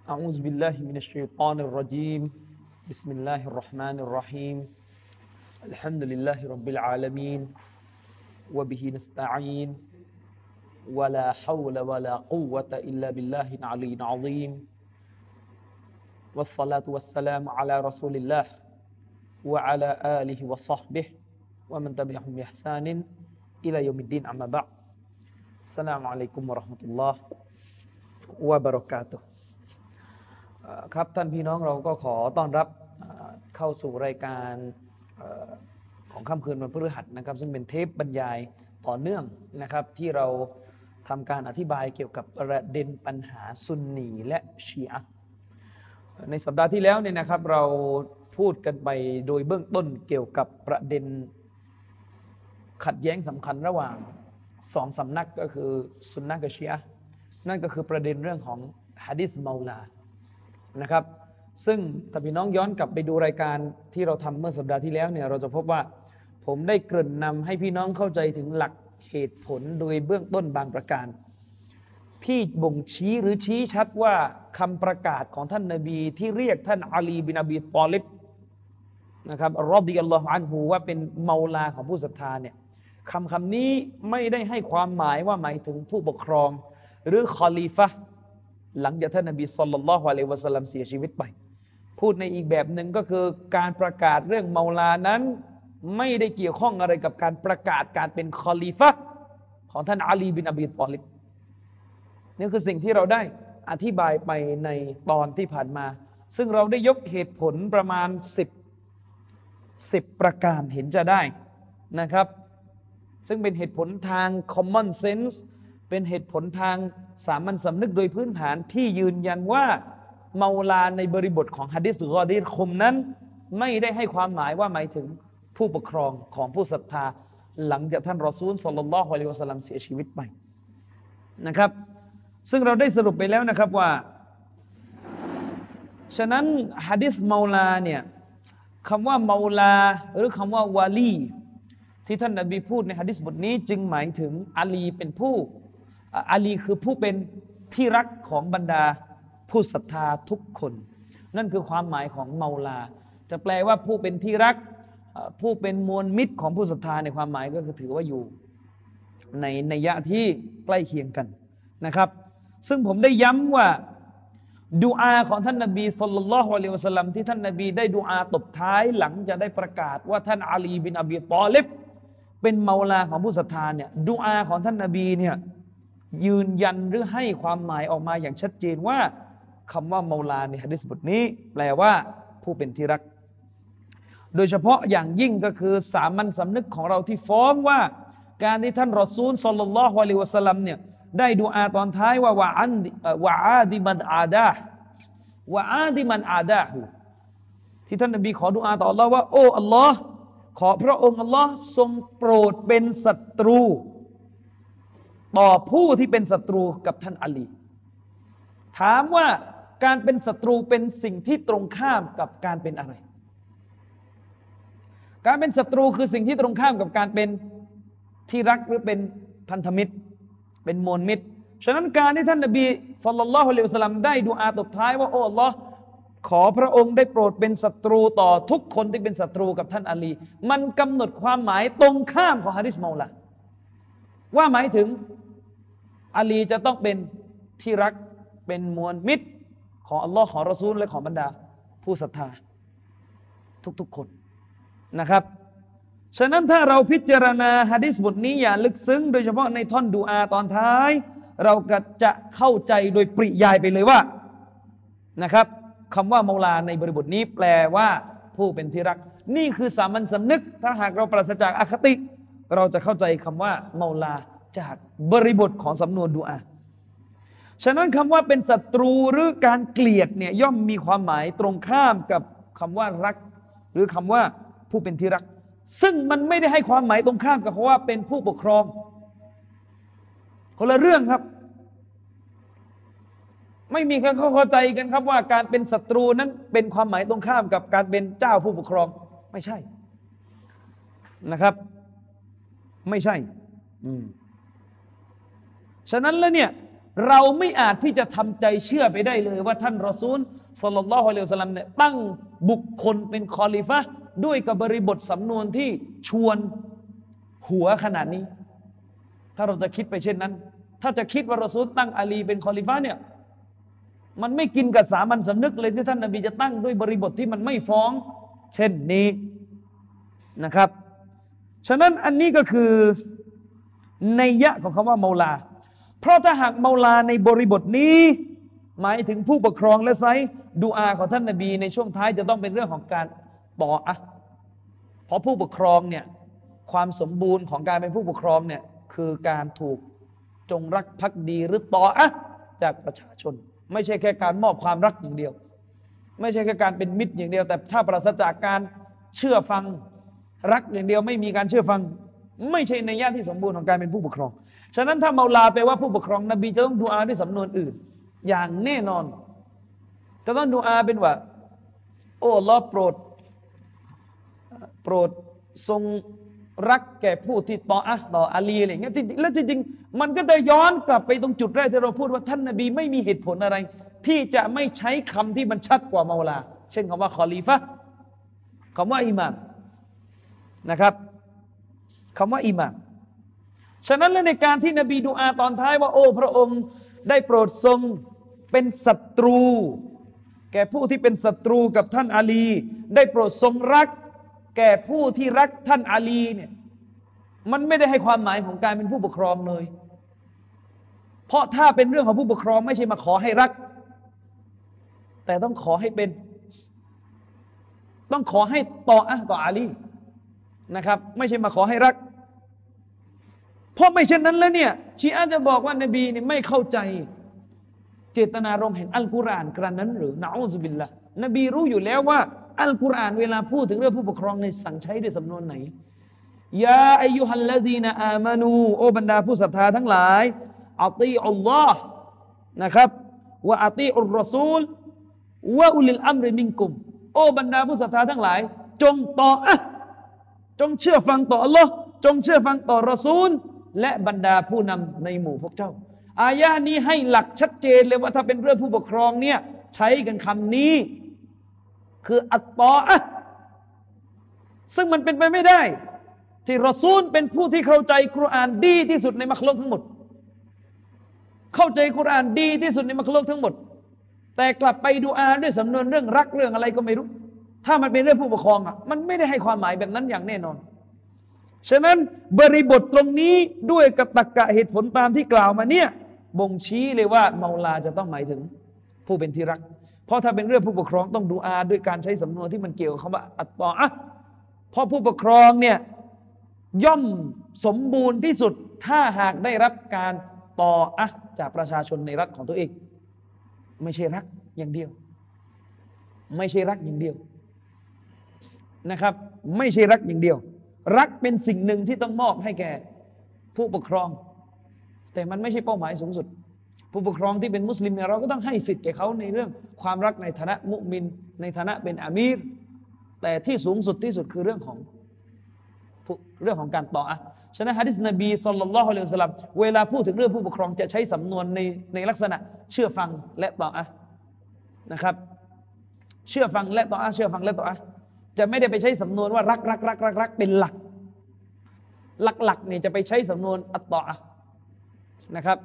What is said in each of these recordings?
أعوذ بالله من الشيطان الرجيم بسم الله الرحمن الرحيم الحمد لله رب العالمين وبه نستعين ولا حول ولا قوة إلا بالله العلي العظيم والصلاة والسلام على رسول الله وعلى آله وصحبه ومن تبعهم بإحسان إلى يوم الدين أما بعد السلام عليكم ورحمة الله وبركاته ครับท่านพี่น้องเราก็ขอต้อนรับเข้าสู่รายการของค่ำคืนวันพฤหัสนะครับซึ่งเป็นเทปบรรยายต่อเนื่องนะครับที่เราทำการอธิบายเกี่ยวกับประเด็นปัญหาซุนนีและชีอะห์ในสัปดาห์ที่แล้วเนี่ยนะครับเราพูดกันไปโดยเบื้องต้นเกี่ยวกับประเด็นขัดแย้งสำคัญระหว่างสองสำนักก็คือซุนนะห์กับชีอะห์นั่นก็คือประเด็นเรื่องของหะดีษเมาลานะครับซึ่งถ้าพี่น้องย้อนกลับไปดูรายการที่เราทำเมื่อสัปดาห์ที่แล้วเนี่ยเราจะพบว่าผมได้เกริ่นนำให้พี่น้องเข้าใจถึงหลักเหตุผลโดยเบื้องต้นบางประการที่บ่งชี้หรือชี้ชัดว่าคำประกาศของท่านนบีที่เรียกท่านอาลีบินอบีฏอลิบนะครับรอฎิยัลลอฮุอันฮุว่าเป็นเมาลาของผู้ศรัทธาเนี่ยคำนี้ไม่ได้ให้ความหมายว่าหมายถึงผู้ปกครองหรือคอลีฟะห์หลังจากท่านนบีศ็อลลัลลอฮุอะลัยฮิวะซัลลัมเสียชีวิตไปพูดในอีกแบบหนึ่งก็คือการประกาศเรื่องเมาลานั้นไม่ได้เกี่ยวข้องอะไรกับการประกาศการเป็นคอลีฟะห์ของท่านอาลีบินอบีฏอลิบนี่คือสิ่งที่เราได้อธิบายไปในตอนที่ผ่านมาซึ่งเราได้ยกเหตุผลประมาณ10ประการเห็นจะได้นะครับซึ่งเป็นเหตุผลทาง common sense เป็นเหตุผลทางสามัญสำนึกโดยพื้นฐานที่ยืนยันว่าเมาลาในบริบทของหะดีษกอดีรคุมนั้นไม่ได้ให้ความหมายว่าหมายถึงผู้ปกครองของผู้ศรัทธาหลังจากท่านรอซูลศ็อลลัลลอฮุอะลัยฮิวะซัลลัมเสียชีวิตไปนะครับซึ่งเราได้สรุปไปแล้วนะครับว่าฉะนั้นหะดีษเมาลาเนี่ยคำว่าเมาลาหรือคำว่าวาลีที่ท่านนบีพูดในหะดีษบทนี้จึงหมายถึงอาลีเป็นผู้อาลีคือผู้เป็นที่รักของบรรดาผู้ศรัทธาทุกคนนั่นคือความหมายของเมาลาจะแปลว่าผู้เป็นที่รักผู้เป็นมวลมิตรของผู้ศรัทธาในความหมายก็คือถือว่าอยู่ในนัยยะที่ใกล้เคียงกันนะครับซึ่งผมได้ย้ำว่าดุอาของท่านนบีศ็อลลัลลอฮุอะลัยฮิวะซัลลัมที่ท่านนบีได้ดุอาตบท้ายหลังจะได้ประกาศว่าท่านอาลีบินอบีฏอลิบเป็นเมาลาของผู้ศรัทธาเนี่ยดุอาของท่านนบีเนี่ยยืนยันหรือให้ความหมายออกมาอย่างชัดเจนว่าคำว่าเมาลาในหะดีษบทนี้แปลว่าผู้เป็นที่รักโดยเฉพาะอย่างยิ่งก็คือสามัญสำนึกของเราที่ฟ้องว่าการที่ท่านรอซูลศ็อลลัลลอฮุอะลัยฮิวะซัลลัมเนี่ยได้ดุอาตอนท้ายว่าวะอาดิมันอาดาห์วะอาดิมันอาดาห์ที่ท่านนบีขอดุอาต่ออัลลอฮ์ว่าโอ้อัลลอฮ์ขอพระองค์อัลลอฮ์ทรงโปรดเป็นศัตรูต่อผู้ที่เป็นศัตรูกับท่านอาลีถามว่าการเป็นศัตรูเป็นสิ่งที่ตรงข้ามกับการเป็นอะไรการเป็นศัตรูคือสิ่งที่ตรงข้ามกับการเป็นที่รักหรือเป็นพันธมิตรเป็นมวลมิตรฉะนั้นการที่ท่านนบีศ็อลลัลลอฮุอะลัยฮิวะซัลลัมได้ดุอาตบท้ายว่าโอ้อัลลอฮ์ขอพระองค์ได้โปรดเป็นศัตรูต่อทุกคนที่เป็นศัตรูกับท่านอาลีมันกำหนดความหมายตรงข้ามของหะดีษเมาลาว่าหมายถึงอาลีจะต้องเป็นที่รักเป็นมวลมิตรของอัลลอฮ์ของรอซูลและของบรรดาผู้ศรัทธาทุกๆคนนะครับฉะนั้นถ้าเราพิจารณาหะดีษบทนี้อย่างลึกซึ้งโดยเฉพาะในท่อนดุอาตอนท้ายเราก็จะเข้าใจโดยปริยายไปเลยว่านะครับคำว่าเมาลาในบริบทนี้แปลว่าผู้เป็นที่รักนี่คือสามัญสำนึกถ้าหากเราปราศจากอคติเราจะเข้าใจคำว่าเมาลาจากบริบทของสำนวนดุอาฉะนั้นคำว่าเป็นศัตรูหรือการเกลียดเนี่ยย่อมมีความหมายตรงข้ามกับคำว่ารักหรือคำว่าผู้เป็นที่รักซึ่งมันไม่ได้ให้ความหมายตรงข้ามกับคำว่าเป็นผู้ปกครองคนละเรื่องครับไม่มีใครเข้าใจกันครับว่าการเป็นศัตรูนั้นเป็นความหมายตรงข้ามกับการเป็นเจ้าผู้ปกครองไม่ใช่นะครับไม่ใช่ฉะนั้นแล้วเนี่ยเราไม่อาจที่จะทำใจเชื่อไปได้เลยว่าท่านรอซูลศ็อลลัลลอฮุอะลัยฮิวะซัลลัมเนี่ยตั้งบุคคลเป็นคอลิฟะห์ด้วยกับบริบทสำนวนที่ชวนหัวขนาดนี้ถ้าเราจะคิดไปเช่นนั้นถ้าจะคิดว่ารอซูลตั้งอาลีเป็นคอลิฟะห์เนี่ยมันไม่กินกับสามัญสำนึกเลยที่ท่านนบีจะตั้งด้วยบริบทที่มันไม่ฟ้องเช่นนี้นะครับฉะนั้นอันนี้ก็คือนัยยะของคำว่าเมาลาเพราะถ้าหากเมาลาในบริบทนี้หมายถึงผู้ปกครองและไซดุอาของท่านนบีในช่วงท้ายจะต้องเป็นเรื่องของการต่ออะห์เพราะผู้ปกครองเนี่ยความสมบูรณ์ของการเป็นผู้ปกครองเนี่ยคือการถูกจงรักภักดีหรือต่ออะห์จากประชาชนไม่ใช่แค่การมอบความรักอย่างเดียวไม่ใช่แค่การเป็นมิตรอย่างเดียวแต่ถ้าปราศจากการเชื่อฟังรักอย่างเดียวไม่มีการเชื่อฟังไม่ใช่นัยยะที่สมบูรณ์ของการเป็นผู้ปกครองฉะนั้นถ้าเมาลาแปลว่าผู้ปกครองนบีจะต้องดุอาด้วยสำนวนอื่นอย่างแน่นอนจะต้องดุอาเป็นว่าโอ้อัลเลาะห์โปรดทรงรักแก่ผู้ที่ต่ออะห์ต่ออาลีอะไรอย่างเงี้ยจริงๆมันก็จะย้อนกลับไปตรงจุดแรกที่เราพูดว่าท่านนบีไม่มีเหตุผลอะไรที่จะไม่ใช้คำที่มันชัดกว่าเมาลาเช่นคำว่าคอลีฟะห์คำว่าอิหม่ามนะครับคำว่าอิหม่ามฉะนั้นแล้วในการที่นบีดุอาตอนท้ายว่าโอ้พระองค์ได้โปรดทรงเป็นศัตรูแก่ผู้ที่เป็นศัตรูกับท่านอาลีได้โปรดทรงรักแก่ผู้ที่รักท่านอาลีเนี่ยมันไม่ได้ให้ความหมายของการเป็นผู้ปกครองเลยเพราะถ้าเป็นเรื่องของผู้ปกครองไม่ใช่มาขอให้รักแต่ต้องขอให้เป็นต้องขอให้ต่ออะห์ต่ออาลีนะครับไม่ใช่มาขอให้รักเพราะไม่เช่นนั้นแล้วเนี่ยชีอะห์จะบอกว่านบีนี่ไม่เข้าใจเจตนารมณ์แห่งอัลกุรอานกระนั้นหรือนะอูซุบิลละนบีรู้อยู่แล้วว่าอัลกุรอานเวลาพูดถึงเรื่องผู้ปกครองในสั่งใช้ด้วยสำนวนไหนยาอัยยูฮัลลาซีนอามานูโอบรรดาผู้ศรัทธาทั้งหลายอัตีอัลลอฮ์นะครับวะอัตีอัลรอซูลวะอุลิลอัมริมินกุมโอบรรดาผู้ศรัทธาทั้งหลายจงต่ออะห์จงเชื่อฟังต่ออัลลอฮ์จงเชื่อฟังต่อรอซูลและบรรดาผู้นำในหมู่พวกเจ้าอายะนี้ให้หลักชัดเจนเลยว่าถ้าเป็นเรื่องผู้ปกครองเนี่ยใช้กันคำนี้คืออัตตออะห์ซึ่งมันเป็นไปไม่ได้ที่รอซูลเป็นผู้ที่เข้าใจกุรอานดีที่สุดในมัคลุกทั้งหมดเข้าใจกุรอานดีที่สุดในมัคลุกทั้งหมดแต่กลับไปดุอาด้วยสำนวนเรื่องรักเรื่องอะไรก็ไม่รู้ถ้ามันเป็นเรื่องผู้ปกครองอ่ะมันไม่ได้ให้ความหมายแบบนั้นอย่างแน่นอนฉะนั้นบริบทตรงนี้ด้วยกับตรรกะเหตุผลตามที่กล่าวมาเนี่ยบ่งชี้เลยว่าเมาลาจะต้องหมายถึงผู้เป็นที่รักเพราะถ้าเป็นเรื่องผู้ปกครองต้องดุอาด้วยการใช้สำนวนที่มันเกี่ยวกับคำว่าอัตตออะห์เพราะผู้ปกครองเนี่ยย่อมสมบูรณ์ที่สุดถ้าหากได้รับการต่ออะห์จากประชาชนในรัฐของตัวเองไม่ใช่รักอย่างเดียวไม่ใช่รักอย่างเดียวนะครับไม่ใช่รักอย่างเดียวรักเป็นสิ่งหนึ่งที่ต้องมอบให้แก่ผู้ปกครองแต่มันไม่ใช่เป้าหมายสูงสุดผู้ปกครองที่เป็นมุสลิมเนี่ยเราก็ต้องให้สิทธิ์แก่เขาในเรื่องความรักในฐานะมุมินในฐานะเป็นอามีรแต่ที่สูงสุดที่สุดคือเรื่องของการต่ออะห์ฉะนั้นหะดีษนบีศ็อลลัลลอฮุอะลัยฮิวะซัลลัมเวลาพูดถึงเรื่องผู้ปกครองจะใช้สำนวนในลักษณะเชื่อฟังและต่ออะห์นะครับเชื่อฟังและต่ออะห์เชื่อฟังและต่ออะห์จะไม่ได้ไปใช้สำนวนว่ารักเป็นหลักเนี่ยจะไปใช้สำนวนอัตตออะห์นะครับ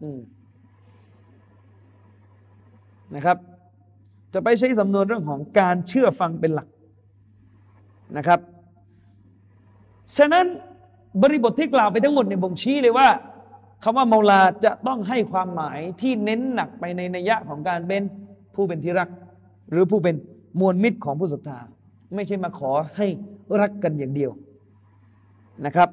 นะครับจะไปใช้สำนวนเรื่องของการเชื่อฟังเป็นหลักนะครับฉะนั้นบริบทที่กล่าวไปทั้งหมดเนี่ยบ่งชี้เลยว่าคำว่าเมาลาจะต้องให้ความหมายที่เน้นหนักไปในนัยยะของการเป็นผู้เป็นที่รักหรือผู้เป็นมวลมิตรของผู้ศรัทธาไม่ใช่มาขอให้รักกันอย่างเดียวนะครับ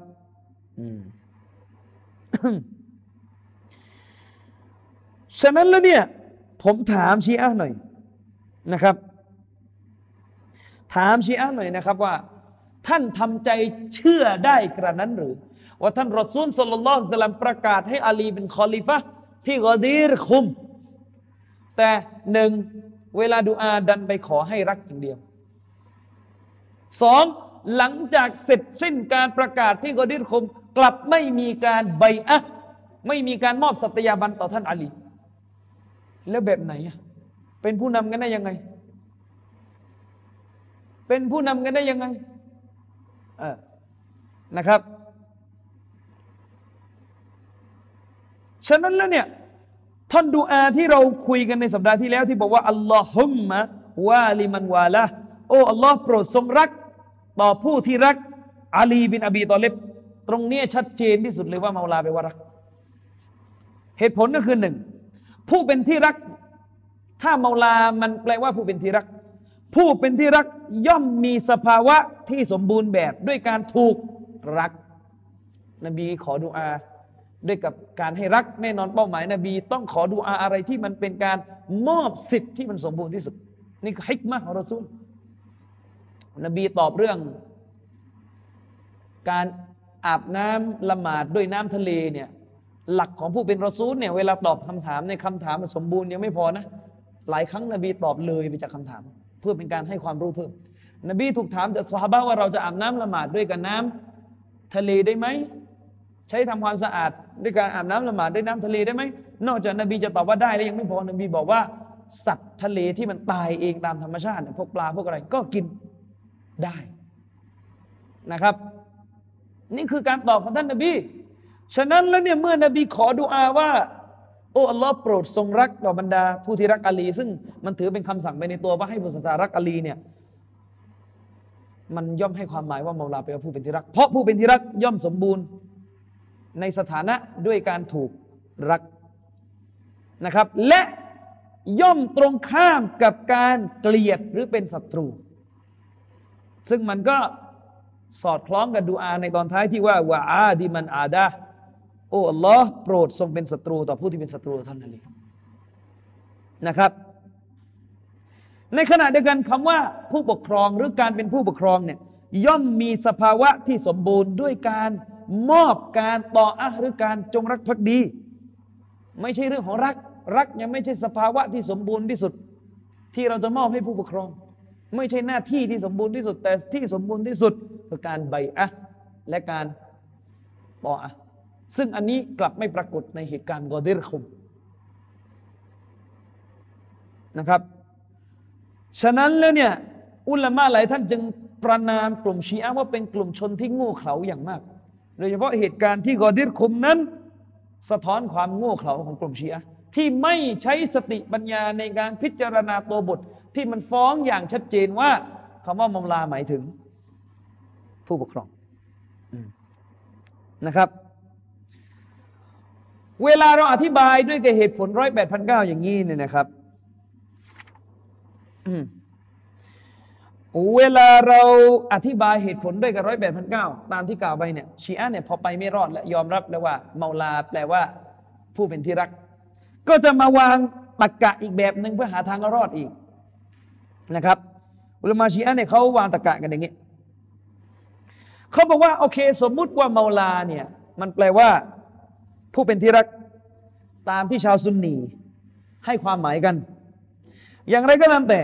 ฉะนั้นแล้วเนี่ยผมถามชีอะห์หน่อยนะครับถามชีอะห์หน่อยนะครับว่าท่านทำใจเชื่อได้กระนั้นหรือว่าท่านรอซูลศ็อลลัลลอฮุอะลัยฮิวะซัลลัมประกาศให้อาลีเป็นคอลิฟะห์ที่กอดีรคุมแต่หนึ่งเวลาดุอาดันไปขอให้รักอย่างเดียวสองหลังจากเสร็จสิ้นการประกาศที่กอดีรคุมกลับไม่มีการบัยอะห์ไม่มีการมอบสัตยาบันต่อท่านอาลีแล้วแบบไหนเป็นผู้นำกันได้ยังไงเป็นผู้นำกันได้ยังไงนะครับฉะนั้นแล้วเนี่ยท่อนดูอาที่เราคุยกันในสัปดาห์ที่แล้วที่บอกว่าอัลลอฮุมมะวาลิมันวาละโอ้อัลลอฮ์โปรดทรงรักต่อผู้ที่รักอาลีบินอบีตอลิบตรงนี้ชัดเจนที่สุดเลยว่าเมาลาแปลว่ารักเหตุผลก็คือหนึ่งผู้เป็นที่รักถ้าเมาลามันแปลว่าผู้เป็นที่รักผู้เป็นที่รักย่อมมีสภาวะที่สมบูรณ์แบบด้วยการถูกรักนบีขอดุอาด้วยกับการให้รักแน่นอนเป้าหมายนบีต้องขอดุอาอะไรที่มันเป็นการมอบสิทธิ์ที่มันสมบูรณ์ที่สุดนี่คือฮิกมะห์ของรอซูลนบีตอบเรื่องการอาบน้ำละหมาดด้วยน้ำทะเลเนี่ยหลักของผู้เป็นรอซูลเนี่ยเวลาตอบคำถามในคำถามมันสมบูรณ์ยังไม่พอนะหลายครั้งนบีตอบเลยไปจากคำถามเพื่อเป็นการให้ความรู้เพิ่มนบีถูกถามจากซอฮาบะห์ว่าเราจะอาบน้ำละหมาดด้วยกับน้ำทะเลได้ไหมใช้ทำความสะอาดด้วยการอาบน้ำละหมาดด้วยน้ำทะเลได้ไหมนอกจากนบีจะตอบว่าได้แล้วยังไม่พอนบีบอกว่าสัตว์ทะเลที่มันตายเองตามธรรมชาติพวกปลาพวกอะไรก็กินได้นะครับนี่คือการตอบของท่านนบีฉะนั้นแล้วเนี่ยเมื่อนบีขอดุอาว่าโอ้อัลลอฮ์โปรดทรงรักต่อบรรดาผู้ที่รักอาลีซึ่งมันถือเป็นคำสั่งไปในตัวว่าให้ผู้ศรัทธารักอาลีเนี่ยมันย่อมให้ความหมายว่าเมาลาเป็นผู้เป็นที่รักเพราะผู้เป็นที่รักย่อมสมบูรณ์ในสถานะด้วยการถูกรักนะครับและย่อมตรงข้ามกับการเกลียดหรือเป็นศัตรูซึ่งมันก็สอดคล้องกับดุอาในตอนท้ายที่ว่าวะอาดิมันอาดะโอ้อัลลอฮ์โปรดทรงเป็นศัตรูต่อผู้ที่เป็นศัตรูท่านนั่นเองนะครับในขณะเดียวกันคำว่าผู้ปกครองหรือการเป็นผู้ปกครองเนี่ยย่อมมีสภาวะที่สมบูรณ์ด้วยการมอบการต่อหรือการจงรักภักดีไม่ใช่เรื่องของรักยังไม่ใช่สภาวะที่สมบูรณ์ที่สุดที่เราจะมอบให้ผู้ปกครองไม่ใช่หน้าที่ที่สมบูรณ์ที่สุดแต่ที่สมบูรณ์ที่สุดคือการไบอะห์และการต่ออะห์ซึ่งอันนี้กลับไม่ปรากฏในเหตุการณ์กอดิรคุมนะครับฉะนั้นแล้วเนี่ยอุลามะหลายท่านจึงประนามกลุ่มชีอะห์ว่าเป็นกลุ่มชนที่โง่เขลาอย่างมากโดยเฉพาะเหตุการณ์ที่กอดิรคุมนั้นสะท้อนความโง่เขลาของกลุ่มชีอะห์ที่ไม่ใช้สติปัญญาในการพิจารณาตัวบทที่มันฟ้องอย่างชัดเจนว่าคำว่ามัมลาหมายถึงผู้ปกครองนะครับเวลาเราอธิบายด้วยเหตุผล108,900อย่างนี้เนี่ยนะครับเวลาเราอธิบายเหตุผลด้วยกับ108,900ตามที่กล่าวไปเนี่ยชีอะห์เนี่ยพอไปไม่รอดและยอมรับแล้วว่าเมาลาแปลว่าผู้เป็นที่รักก็จะมาวางตรรกะอีกแบบหนึ่งเพื่อหาทางรอดอีกนะครับอุลามะชีอะห์เนี่ยเขาวางตรรกะกันอย่างนี้เขาบอกว่าโอเคสมมุติว่าเมาลาเนี่ยมันแปลว่าผู้เป็นที่รักตามที่ชาวซุนนีให้ความหมายกันอย่างไรก็ตามแต่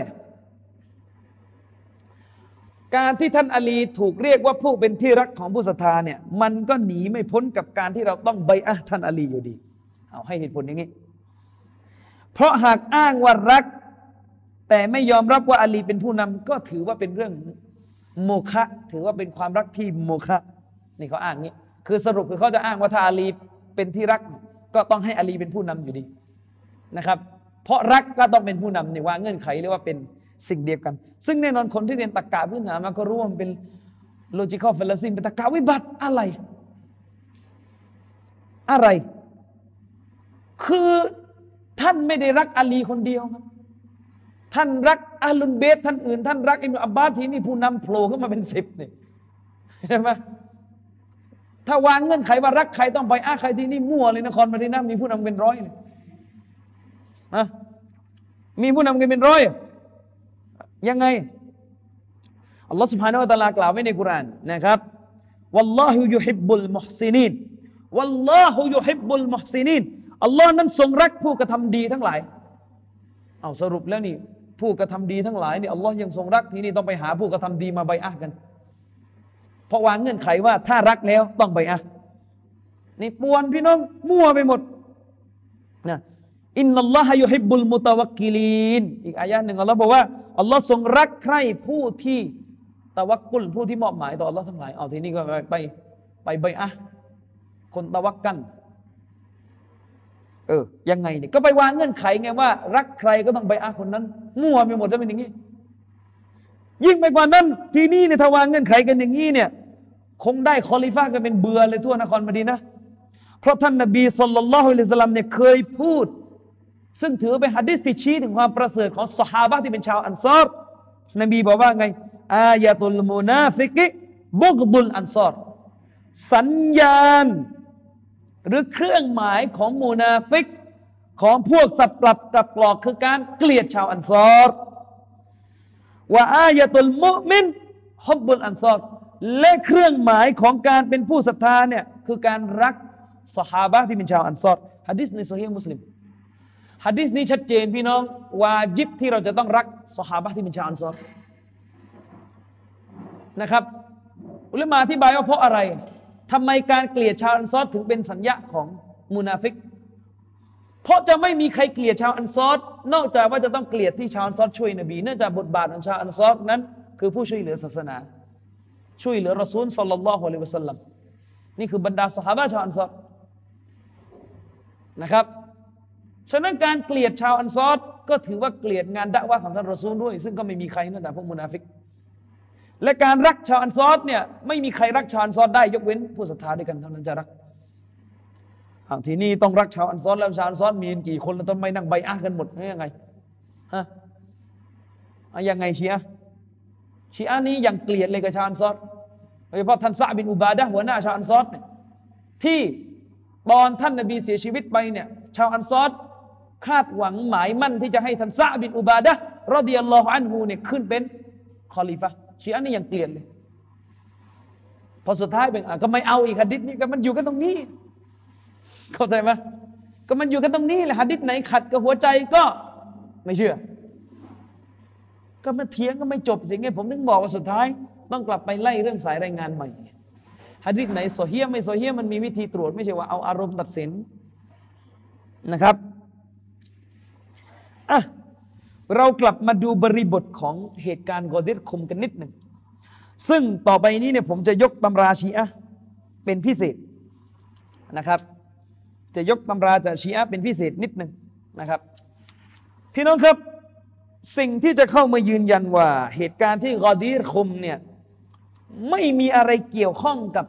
การที่ท่านอาลีถูกเรียกว่าผู้เป็นที่รักของผู้ศรัทธาเนี่ยมันก็หนีไม่พ้นกับการที่เราต้องไบอะห์ท่านอาลีอยู่ดีเอาให้เหตุผลอย่างนี้เพราะหากอ้างว่ารักแต่ไม่ยอมรับว่าอาลีเป็นผู้นำก็ถือว่าเป็นเรื่องโมฆะถือว่าเป็นความรักที่โมฆะนี่เขาอ้างนี้คือสรุปคือเขาจะอ้างว่าถ้าอาลีเป็นที่รักก็ต้องให้อาลีเป็นผู้นำอยู่ดีนะครับเพราะรักก็ต้องเป็นผู้นำนี่ว่าเงื่อนไขเรียกว่าเป็นสิ่งเดียวกันซึ่งแน่นอนคนที่เรียนตรรกะพื้นฐานมาก็รู้ว่ามันเป็น logical fallacy เป็นตรรกะวิบัติอะไรคือท่านไม่ได้รักอาลีคนเดียวครับท่านรักอาลุนเบตท่านอื่นท่านรักอิบนุอับบาสที่นี่ผู้นำโผล่ขึ้นมาเป็น10นี่ใช่ไหมถ้าวางเงื่อนไขว่ารักใครต้องไปใครที่นี่มั่วเลยนครมะดีนะห์มีผู้นำเป็น100เลยนะมีผู้นำกันเป็น100ยังไงอัลลอฮฺ سبحانه และ تعالى กล่าวไว้ในกุรอานนะครับวัลลอฮุยุฮิบบุลมุฮซินีนวัลลอฮุยุฮิบบุลมุฮซินีนอัลลอฮ์นั้นทรงรักผู้กระทำดีทั้งหลายเอาสรุปแล้วนี่ผู้กระทำดีทั้งหลายนี่อัลลอฮ์ยังทรงรักทีนี้ต้องไปหาผู้กระทำดีมาไบอะห์กันเพราะวางเงื่อนไขว่าถ้ารักแล้วต้องไบอะห์นี่ปวนพี่น้องมั่วไปหมดนะอินนัลลอฮะยุฮิบบุลมุตะวักกิลีนอีกอายะหนึ่งอัลลอฮ์บอกว่าอัลลอฮ์ทรงรักใคร่ผู้ที่ตะวักกุลผู้ที่มอบหมายต่ออัลลอฮ์ทั้งหลายเอาทีนี้ก็ไปใบอะห์คนตะวักกันยังไงเนี่ยก็ไปวางเงื่อนไขไงว่ารักใครก็ต้องใบอะห์คนนั้นมั่วไปหมดแล้วเป็นอย่างนี้ยิ่งไปกว่านั้นทีนี้เนี่ยถ้าวางเงื่อนไขกันอย่างนี้เนี่ยคงได้คอลิฟะกันเป็นเบื่อเลยทั่วนครมะดีนะห์เพราะท่านนบีศ็อลลัลลอฮุอะลัยฮิวะซัลลัมเนี่ยเคยพูดซึ่งถือเป็นหะดีษที่ชี้ถึงความประเสริฐของซอฮาบะห์ที่เป็นชาวอันซอรนบีบอกว่าไงอายะตุลมุนาฟิกบุฆดุลอันซอรสัญญาณหรือเครื่องหมายของมุนาฟิกของพวกสับปรับกับกลอกคือการเกลียดชาวอันซอรว่าอายะตุลมุมินฮุบบุลอันซอรและเครื่องหมายของการเป็นผู้ศรัทธาเนี่ยคือการรักซอฮาบะห์ที่เป็นชาวอันซอรหะดีษในซอฮีฮ์มุสลิมหะดีษนี้ชัดเจนพี่น้องวาญิบที่เราจะต้องรักซอฮาบะห์ที่เป็นชาวอันซอรนะครับอุลามะอธิบายว่าเพราะอะไรทำไมการเกลียดชาวอันซอรถึงเป็นสัญญาของมุนาฟิกเพราะจะไม่มีใครเกลียดชาวอันซอรนอกจากว่าจะต้องเกลียดที่ชาวอันซอรช่วยนบีเนื่องจากบทบาทของชาวอันซอรนั้นคือผู้ช่วยเหลือศาสนาช่วยเหลือรอซูลศ็อลลัลลอฮุอะลัยฮิวะซัลลัมนี่คือบรรดาซอฮาบะห์ชาวอันซอรนะครับฉะนั้นการเกลียดชาวอันซอรก็ถือว่าเกลียดงานดะวะห์ของท่านรอซูลด้วยซึ่งก็ไม่มีใครนอกจากพวกมุนาฟิกและการรักชาวอันซอรเนี่ยไม่มีใครรักชาวอันซอรได้ยกเว้นผู้ศรัทธาด้วยกันเท่านั้นจะรักทีนี้ต้องรักชาวอันซอรแล้วชาวอันซอรมีกี่คนแล้วต้องไม่นั่งใบอะห์กันหมดยังไงฮะยังไงชีอะห์นี้ยังเกลียดเลยกับชาวอันซอรโดยเฉพาะท่านซะบินอุบาดะห์หัวหน้าชาวอันซอรเนี่ยที่ตอนท่านนบีเสียชีวิตไปเนี่ยชาวอันซอรคาดหวังหมายมั่นที่จะให้ท่านซะบินอุบาดะห์รอฎิยัลลอฮุอันฮุเนี่ยขึ้นเป็นคอลิฟะห์ชีอะห์นี่ยังเกลียดเลยพอสุดท้ายเป็นก็ไม่เอาอีกหะดีษนี้ก็มันอยู่กันตรงนี้เข้าใจไหมก็มันอยู่กันตรงนี้แหละหะดีษไหนขัดกับหัวใจก็ไม่เชื่อก็มาเถียงก็ไม่จบสิ่งนี้ผมถึงบอกว่าสุดท้ายต้องกลับไปไล่เรื่องสายรายงานใหม่หะดีษไหนซอฮีฮ์ไม่ซอฮีฮ์มันมีวิธีตรวจไม่ใช่ว่าเอาอารมณ์ตัดสินนะครับเรากลับมาดูบริบทของเหตุการณ์กอดิรคุมกันนิดหนึ่งซึ่งต่อไปนี้เนี่ยผมจะยกตำราชีอะห์เป็นพิเศษนะครับจะยกตำราจากชีอะห์เป็นพิเศษนิดหนึ่งนะครับพี่น้องครับสิ่งที่จะเข้ามายืนยันว่าเหตุการณ์ที่กอดิรคุมเนี่ยไม่มีอะไรเกี่ยวข้องกับ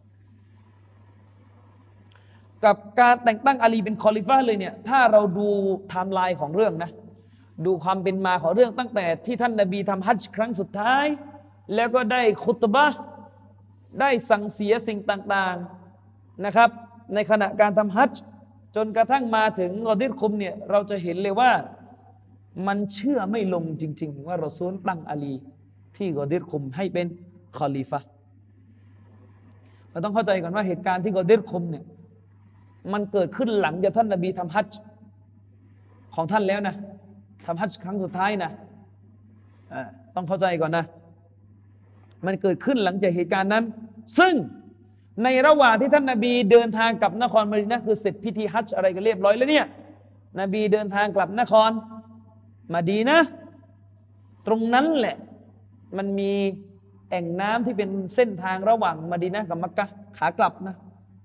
การแต่งตั้งอาลีเป็นคอลิฟะห์เลยเนี่ยถ้าเราดูไทม์ไลน์ของเรื่องนะดูความเป็นมาของเรื่องตั้งแต่ที่ท่านนบีทำฮัจญ์ครั้งสุดท้ายแล้วก็ได้คุตบะห์ได้สั่งเสียสิ่งต่างๆนะครับในขณะการทำฮัจญ์จนกระทั่งมาถึงกอดิรคุมเนี่ยเราจะเห็นเลยว่ามันเชื่อไม่ลงจริงๆว่ารอซูลตั้งอาลีที่กอดิรคุมให้เป็นคอลิฟะห์เราต้องเข้าใจก่อนว่าเหตุการณ์ที่กอดิรคุมเนี่ยมันเกิดขึ้นหลังจากท่านนบีทำฮัจญ์ของท่านแล้วนะทำฮัจญ์ครั้งสุดท้ายนะต้องเข้าใจก่อนนะมันเกิดขึ้นหลังจากเหตุการณ์นั้น ซึ่งในระหว่างที่ท่านนบีเดินทางกลับนครมะดีนะห์คือเสร็จพิธีฮัจญ์อะไรกันเรียบร้อยแล้วเนี่ยนบีเดินทางกลับนครมะดีนะห์ตรงนั้นแหละมันมีแอ่งน้ำที่เป็นเส้นทางระหว่างมะดีนะห์กับมักกะฮ์ขากลับนะ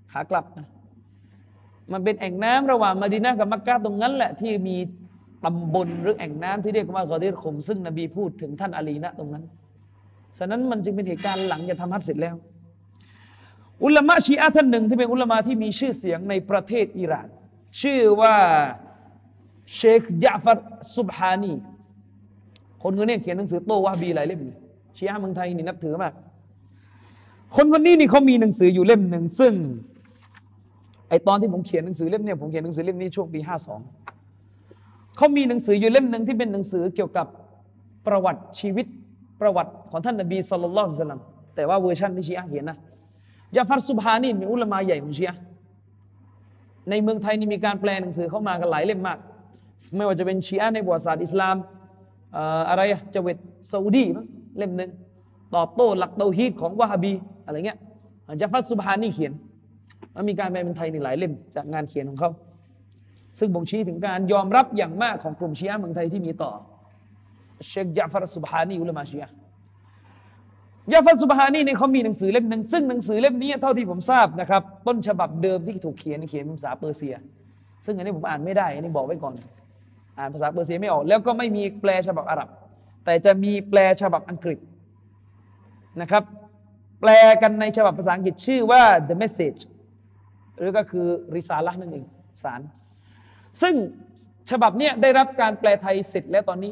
มันเป็นแอ่งน้ำระหว่างมะดีนะห์กับมักกะฮ์ตรงนั้นแหละที่มีตำบลหรือแอ่งน้ำที่เรียกว่ากอดิรคุมซึ่งนบีพูดถึงท่านอาลีนะตรงนั้นฉะนั้นมันจึงเป็นเหตุการณ์หลังจากทำฮัจญ์เสร็จแล้วอุลามะชีอะห์ท่านหนึ่งที่เป็นอุลามะที่มีชื่อเสียงในประเทศอิหร่านชื่อว่าเชคญะฟัรซุบฮานีคนนี้เขียนหนังสือโตวะฮ์บีหลายเล่มชีอะห์เมืองไทยนี่นับถือมากคนนี้นี่เขามีหนังสืออยู่เล่มหนึ่งซึ่งไอตอนที่ผมเขียนหนังสือเล่มเนี่ยผมเขียนหนังสือเล่มนี้ช่วงปี52เขามีหนังสืออยู่เล่มหนึ่งที่เป็นหนังสือเกี่ยวกับประวัติชีวิตประวัติของท่านนบีศ็อลลัลลอฮุอะลัยฮิวะซัลลัมแต่ว่าเวอร์ชันที่ชีอะห์เขียนนะญะฟัรซุบฮานีมีอุลามะใหญ่ของชีอะห์ในเมืองไทยนี่มีการแปลหนังสือเข้ามากันหลายเล่มมากไม่ว่าจะเป็นชีอะห์ในประวัติศาสตร์อิสลามอะไรจาเวตซาอุดีเล่มหนึ่งตอบโต้หลักเตาฮีดของวะฮาบีอะไรเงี้ยญะฟัรซุบฮานีเขียนมีการแปลเป็นไทยในหลายเล่มจากงานเขียนของเขาซึ่งบ่งชี้ถึงการยอมรับอย่างมากของกลุ่มชีอะห์เมืองไทยที่มีต่อเชคญะฟัรซุบฮานีอุลามะชีอะห์ญะฟัรซุบฮานีเนี่ยเขามีหนังสือเล่มหนึ่งซึ่งหนังสือเล่มนี้เท่าที่ผมทราบนะครับต้นฉบับเดิมที่ถูกเขียนเป็นภาษาเปอร์เซียซึ่งอันนี้ผมอ่านไม่ได้อันนี้บอกไว้ก่อนอ่านภาษาเปอร์เซียไม่ออกแล้วก็ไม่มีแปลฉบับอาหรับแต่จะมีแปลฉบับอังกฤษนะครับแปลกันในฉบับภาษาอังกฤษชื่อว่า The Message หรือก็คือริซาละห์นั่นเองสารซึ่งฉบับเนี้ยได้รับการแปลไทยเสร็จแล้วตอนนี้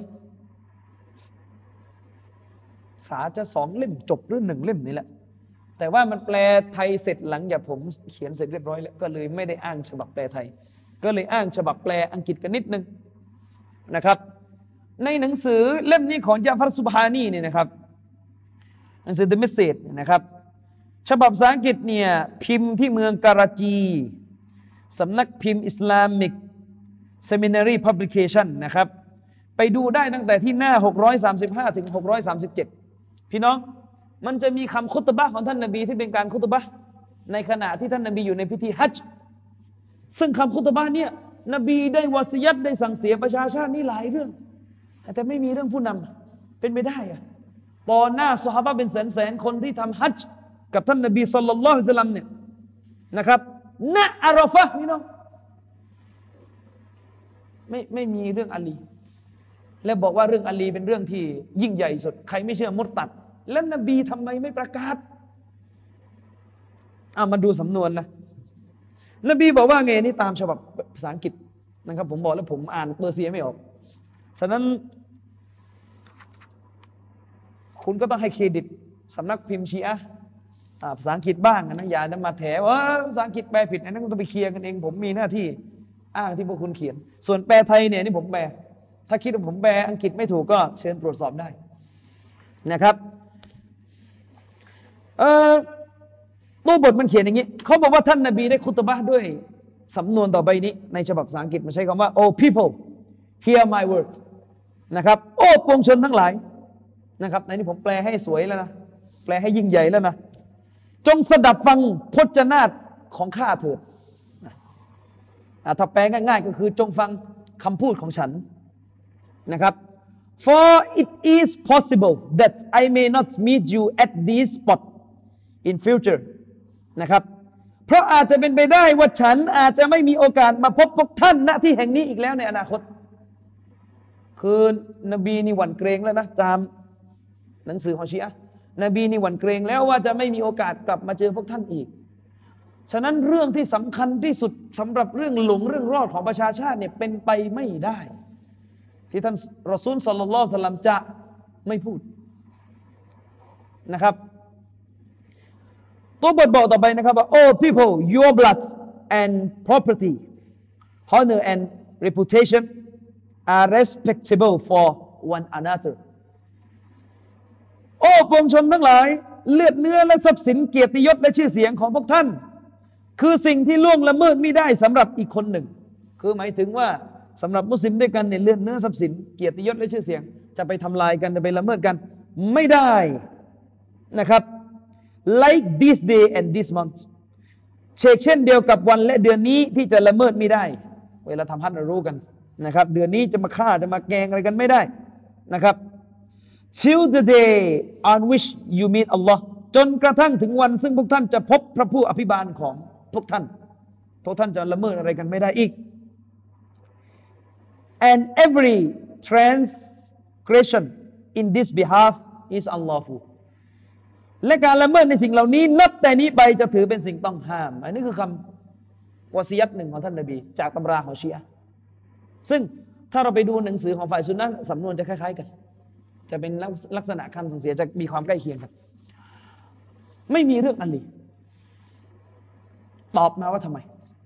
สาจะ2 เล่มจบหรือ1 เล่มนี่แหละแต่ว่ามันแปลไทยเสร็จหลังจากผมเขียนเสร็จเรียบร้อยแล้วก็เลยไม่ได้อ้างฉบับแปลไทยก็เลยอ้างฉบับแปลอังกฤษกันนิดนึงนะครับในหนังสือเล่มนี้ของญะฟัรซุบฮานีเนี่ยนะครับหนังสือ The Message นะครับฉบับภาษาอังกฤษเนี่ยพิมพ์ที่เมืองการาจีสำนักพิมพ์ Islamic Seminary Publication นะครับไปดูได้ตั้งแต่ที่หน้า635ถึง637พี่น้องมันจะมีคำคุตบะห์ของท่านนบีที่เป็นการคุตบะห์ในขณะที่ท่านนบีอยู่ในพิธีฮัจญ์ซึ่งคำคุตบะห์เนี่ยนบีได้วะซียัตได้สั่งเสียประชาชาตินี่หลายเรื่องแต่ไม่มีเรื่องผู้นำเป็นไปได้อะต่อหน้าซอฮาบะห์เป็นแสนๆคนที่ทำฮัจญ์กับท่านนบีศ็อลลัลลอฮุอะลัยฮิวะซัลลัมเนี่ยนะครับณอาราฟะห์พี่น้องไม่มีเรื่องอาลีและบอกว่าเรื่องอาลีเป็นเรื่องที่ยิ่งใหญ่สุดใครไม่เชื่อมุรตัดแล้วนบีทำไมไม่ประกาศมาดูสำนวนนะนบีบอกว่าไงนี่ตามฉบับภาษาอังกฤษนะครับผมบอกแล้วผมอ่านเปอร์เซียไม่ออกฉะนั้นคุณก็ต้องให้เครดิตสำนักพิมพ์ชีอะห์ภาษาอังกฤษบ้างนะอย่ามาแถว่าภาษาอังกฤษแปลผิดอันนั้นก็ต้องไปเคลียร์กันเองผมมีหน้าที่อ้างที่พวกคุณเขียนส่วนแปลไทยเนี่ยนี่ผมแปลถ้าคิดว่าผมแปลอังกฤษไม่ถูกก็เชิญตรวจสอบได้นะครับตัวบทมันเขียนอย่างนี้เขาบอกว่าท่านนบีได้คุตบะห์ด้วยสำนวนต่อไปนี้ในฉบับภาษาอังกฤษมันใช้คำว่า Oh people hear my word นะครับโอ้ปวงชนทั้งหลายนะครับในนี้ผมแปลให้สวยแล้วนะแปลให้ยิ่งใหญ่แล้วนะจงสดับฟังพจนาฏของข้าเถิดถ้าแปลง่ายๆก็คือจงฟังคำพูดของฉันนะครับ for it is possible that I may not meet you at this spot in future นะครับเพราะอาจจะเป็นไปได้ว่าฉันอาจจะไม่มีโอกาสมาพบพวกท่านณที่แห่งนี้อีกแล้วในอนาคตคือนบีนี่หวั่นเกรงแล้วนะตามหนังสือของชีอะห์นบีนี่หวั่นเกรงแล้วว่าจะไม่มีโอกาสกลับมาเจอพวกท่านอีกฉะนั้นเรื่องที่สำคัญที่สุดสำหรับเรื่องหลงเรื่องรอดของประชาชาติเนี่ยเป็นไปไม่ได้ที่ท่านรอซูลศ็อลลัลลอฮุอะลัยฮิวะซัลลัมจะไม่พูดนะครับตัวบทบอกต่อไปนะครับว่า Oh people your blood and property honor and reputation are respectable for one another โอ้ปวงชนทั้งหลายเลือดเนื้อและทรัพย์สินเกียรติยศและชื่อเสียงของพวกท่านคือสิ่งที่ล่วงละเมิดไม่ได้สำหรับอีกคนหนึ่งคือหมายถึงว่าสำหรับมุสลิมด้วยกันเนี่ยเลือดเนื้อทรัพย์สินเกียรติยศและชื่อเสียงจะไปทำลายกันจะไปละเมิดกันไม่ได้นะครับ like this day and this month เช่นเดียวกับวันและเดือนนี้ที่จะละเมิดไม่ได้เวลาทำฮัจญ์เรารู้กันนะครับเดือนนี้จะมาฆ่าจะมาแกล้งอะไรกันไม่ได้นะครับ till the day on which you meet Allah จนกระทั่งถึงวันซึ่งพวกท่านจะพบพระผู้อภิบาลของพวกท่านจะละเมิดอะไรกันไม่ได้อีก and every transgression in this behalf is unlawful และการละเมิดในสิ่งเหล่านี้นับแต่นี้ไปจะถือเป็นสิ่งต้องห้ามอันนี้คือคำวะซียัตหนึ่งของท่านนบีจากตำราของชีอะห์ซึ่งถ้าเราไปดูหนังสือของฝ่ายซุนนะห์สำนวนจะคล้ายๆกันจะเป็นลักษณะคำสั่งเสียจะมีความใกล้เคียงกันไม่มีเรื่องอาลีตอบมาว่าทำไม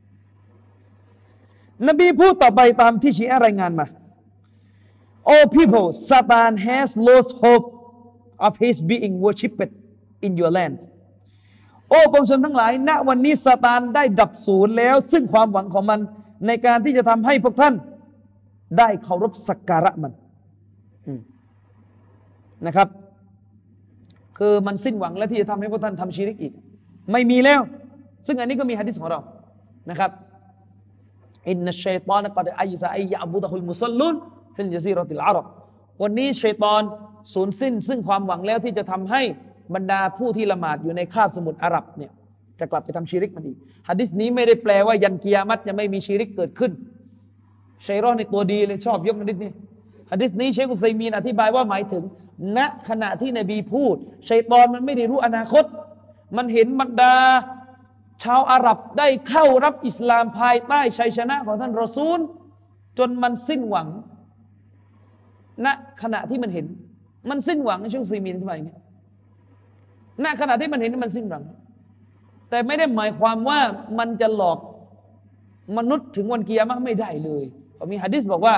นบีพูดต่อไปตามที่ชีอะห์รายงานมา Oh people Satan has lost hope of his being worshipped in your land โอ้ปวงชนทั้งหลายณวันนี้ซาตานได้ดับศูนย์แล้วซึ่งความหวังของมันในการที่จะทำให้พวกท่านได้เคารพสักการะมันนะครับคือมันสิ้นหวังแล้วที่จะทำให้พวกท่านทำชิริกอีกไม่มีแล้วซึ่งอันนี้ก็มีหะดีษของเรานะครับอินนัชชัยฏอนกัดอัยซะอัยยะอบุดะฮุลมุซัลลุนฟิลญะซีเราะติลอารับวันนี้ชัยฏอนสูญสิ้นซึ่งความหวังแล้วที่จะทำให้บรรดาผู้ที่ละหมาดอยู่ในคาบสมุทรอาหรับเนี่ยจะกลับไปทำชิริกมันอีกหะดีษนี้ไม่ได้แปลว่ายันกิยามะฮ์จะไม่มีชิริกเกิดขึ้นชัยฏอนในตัวดีเลยชอบยกหะดีษนี้หะดีษนี้เชคอุซัยมีนอธิบายว่าหมายถึงณขณะที่นบีพูดชัยฏอนมันไม่ได้รู้อนาคตมันเห็นบรรดาชาวอาหรับได้เข้ารับอิสลามภายใต้ชัยชนะของท่านรอซูลจนมันสิ้นหวังณขณะที่มันเห็นมันสิ้นหวังในช่วงซีมีนทำไมเนี่ยณขณะที่มันเห็นมันสิ้นหวังแต่ไม่ได้หมายความว่ามันจะหลอกมนุษย์ถึงวันกิยามะห์ไม่ได้เลยเพราะมีหะดีษบอกว่า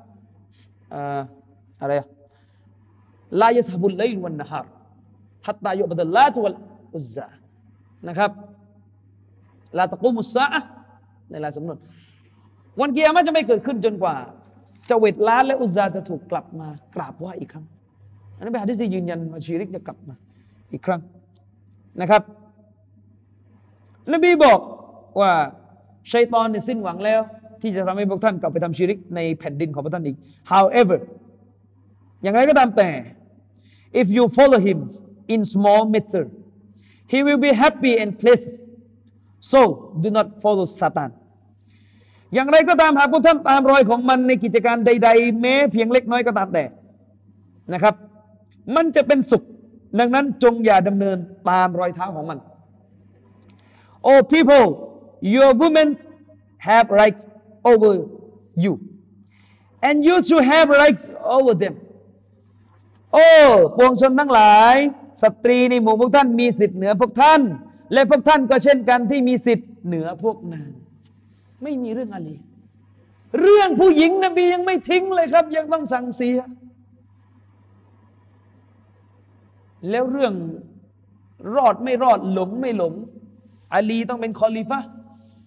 อะไรลายะซะบุลไลลวันนะฮาร์ฮัตตายุบะดัลลาตุวัลอุซซานะครับลาตะกุมุสซาอะห์ในรายสำนวนวันกิยามะห์จะไม่เกิดขึ้นจนกว่าเจเวตล้านและอุซซาจะถูกกลับมากราบไหว้อีกครั้งอันนี้เป็นหะดีษที่ยืนยันว่าชิริกจะกลับมาอีกครั้งนะครับนบีบอกว่าชัยฏอนเนี่ยสิ้นหวังแล้วที่จะทำให้พวกท่านกลับไปทำชิริกในแผ่นดินของพวกท่านอีก however อย่างไรก็ตามแต่ if you follow him in small matter he will be happy and pleased so do not follow Satan อย่างไรก็ตามหากพวกท่านตามรอยของมันในกิจการใดๆแม้เพียงเล็กน้อยก็ตามแต่นะครับมันจะเป็นสุขดังนั้นจงอย่าดำเนินตามรอยเท้าของมัน Oh people your women have rights over you and you should have rights over them โอ้ปวงชนทั้งหลายสตรีในหมู่พวกท่านมีสิทธิ์เหนือพวกท่านและพวกท่านก็เช่นกันที่มีสิทธิ์เหนือพวกนางไม่มีเรื่องอะไรเรื่องผู้หญิงนบียังไม่ทิ้งเลยครับยังต้องสั่งเสียแล้วเรื่องรอดไม่รอดหลงไม่หลงอาลีต้องเป็นคอลิฟะห์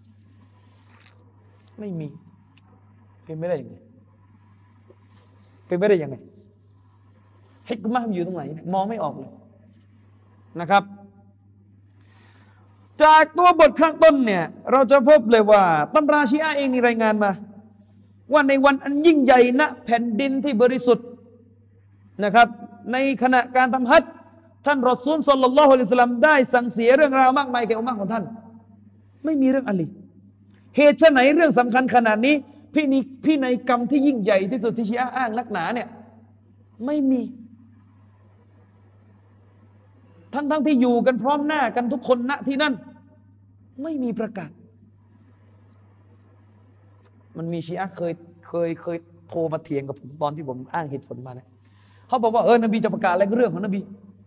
ไม่มีเป็นไม่ได้ยังไงเป็นไม่ได้ยังไงฮิกมะห์อยู่ตรงไหนมองไม่ออกเลยนะครับจากตัวบทข้างต้นเนี่ยเราจะพบเลยว่าตำราชีอะห์เองมีรายงานมาว่าในวันอันยิ่งใหญ่ณแผ่นดินที่บริสุทธิ์นะครับในขณะการทำฮัจญ์ท่านรอซูลศ็อลลัลลอฮุอะลัยฮิวะซัลลัมได้สั่งเสียเรื่องราวมากมายแก่อุมมะฮ์ของท่านไม่มีเรื่องอาลีเหตุไฉนเรื่องสำคัญขนาดนี้พี่ในกรรมที่ยิ่งใหญ่ที่สุดที่ชีอะห์อ้างนักหนาเนี่ยไม่มีทั้งที่อยู่กันพร้อมหน้ากันทุกคนณที่นั่นไม่มีประกาศมันมีชีอะห์เคยโทรมาเถียงกับผมตอนที่ผมอ้างเหตุผลมาเนี่ยเขาบอกว่านบีจะประกาศอะไรก็เรื่องของนบี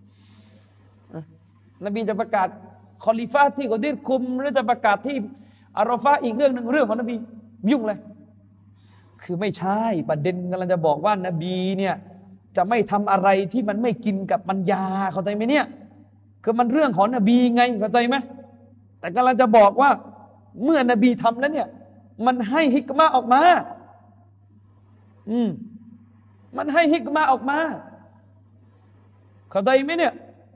นบีจะประกาศคอลิฟะห์ที่กอดีรคุมหรือจะประกาศที่อาราฟะห์อีกเรื่องนึงเรื่องของนบียุ่งเลยคือไม่ใช่ประเด็นกำลังจะบอกว่านบีเนี่ยจะไม่ทำอะไรที่มันไม่กินกับปัญญาเข้าใจไหมเนี่ยคือมันเรื่องของนบีไงเข้าใจไหมแต่กำลังจะบอกว่าเมื่อนบีทำแล้วเนี่ยมันให้ฮิกมะห์ออกมามันให้ฮิกมะห์ออกมาเข้าใจไหมเนี่ย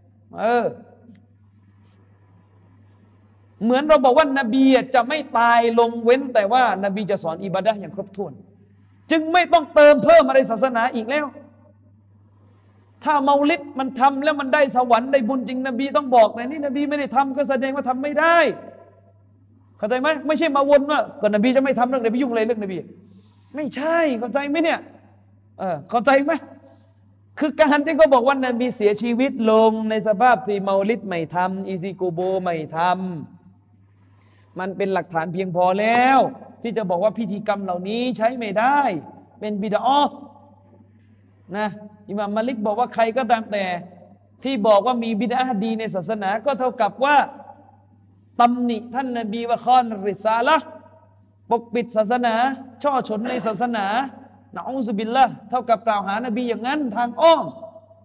เหมือนเราบอกว่านบีจะไม่ตายลงเว้นแต่ว่านบีจะสอนอิบาดะห์อย่างครบถ้วนจึงไม่ต้องเติมเพิ่มอะไรศาสนาอีกแล้วถ้าเมาลิดมันทำแล้วมันได้สวรรค์ได้บุญจริงนบีต้องบอกแต่นี่นบีไม่ได้ทำก็แสดงว่าทำไม่ได้เข้าใจไหมไม่ใช่มาวนว่าก็นบีจะไม่ทำเรื่องนบียุ่งเลยเรื่องนบีไม่ใช่เข้าใจไหมเนี่ยเข้าใจไหมคือการที่เขาบอกว่านบีเสียชีวิตลงในสภาพที่เมาลิดไม่ทำอีซิกูโบไม่ทำมันเป็นหลักฐานเพียงพอแล้วที่จะบอกว่าพิธีกรรมเหล่านี้ใช้ไม่ได้เป็นบิดอะห์นะอิหม่ามมาลิกบอกว่าใครก็ตามแต่ที่บอกว่ามีบิดอะห์ดีในศาสนาก็เท่ากับว่าตำหนิท่านนบีว่าคอนริซาละห์ปกปิดศาสนาช่อฉนในศาสนานะอูซุบิลละห์เท่ากับกล่าวหานบีอย่างนั้นทางอ้อม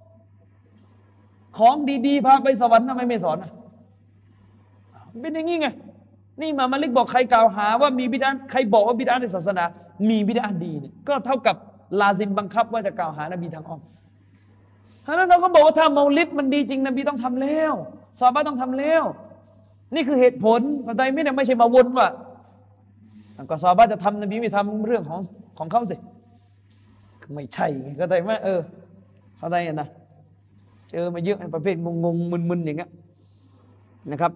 ของดีๆพาไปสวรรค์ทำไมไม่สอนเป็นอย่างนี้ไงนี่มาลิกบอกใครกล่าวหาว่ามีบิดอะห์ใครบอกว่าบิดอะห์ในศาสนามีบิดอะห์ดีเนี่ยก็เท่ากับลาซิมบังคับว่าจะกล่าวหานบีทางอ้อมฉะนั้นเราก็บอกว่าถ้าเมาลิดมันดีจริงนบีต้องทำแล้วซอฮาบะห์ต้องทำแล้วนี่คือเหตุผลเข้าใจไหมเนี่ยไม่ใช่มาวนว่าก็ซอฮาบะห์จะทำนบีไม่ทำเรื่องของเขาสิไม่ใช่เข้าใจไหมเข้าใจนะเจอมาเยอะประเภทงงๆมึนๆอย่างเงี้ยนะครับ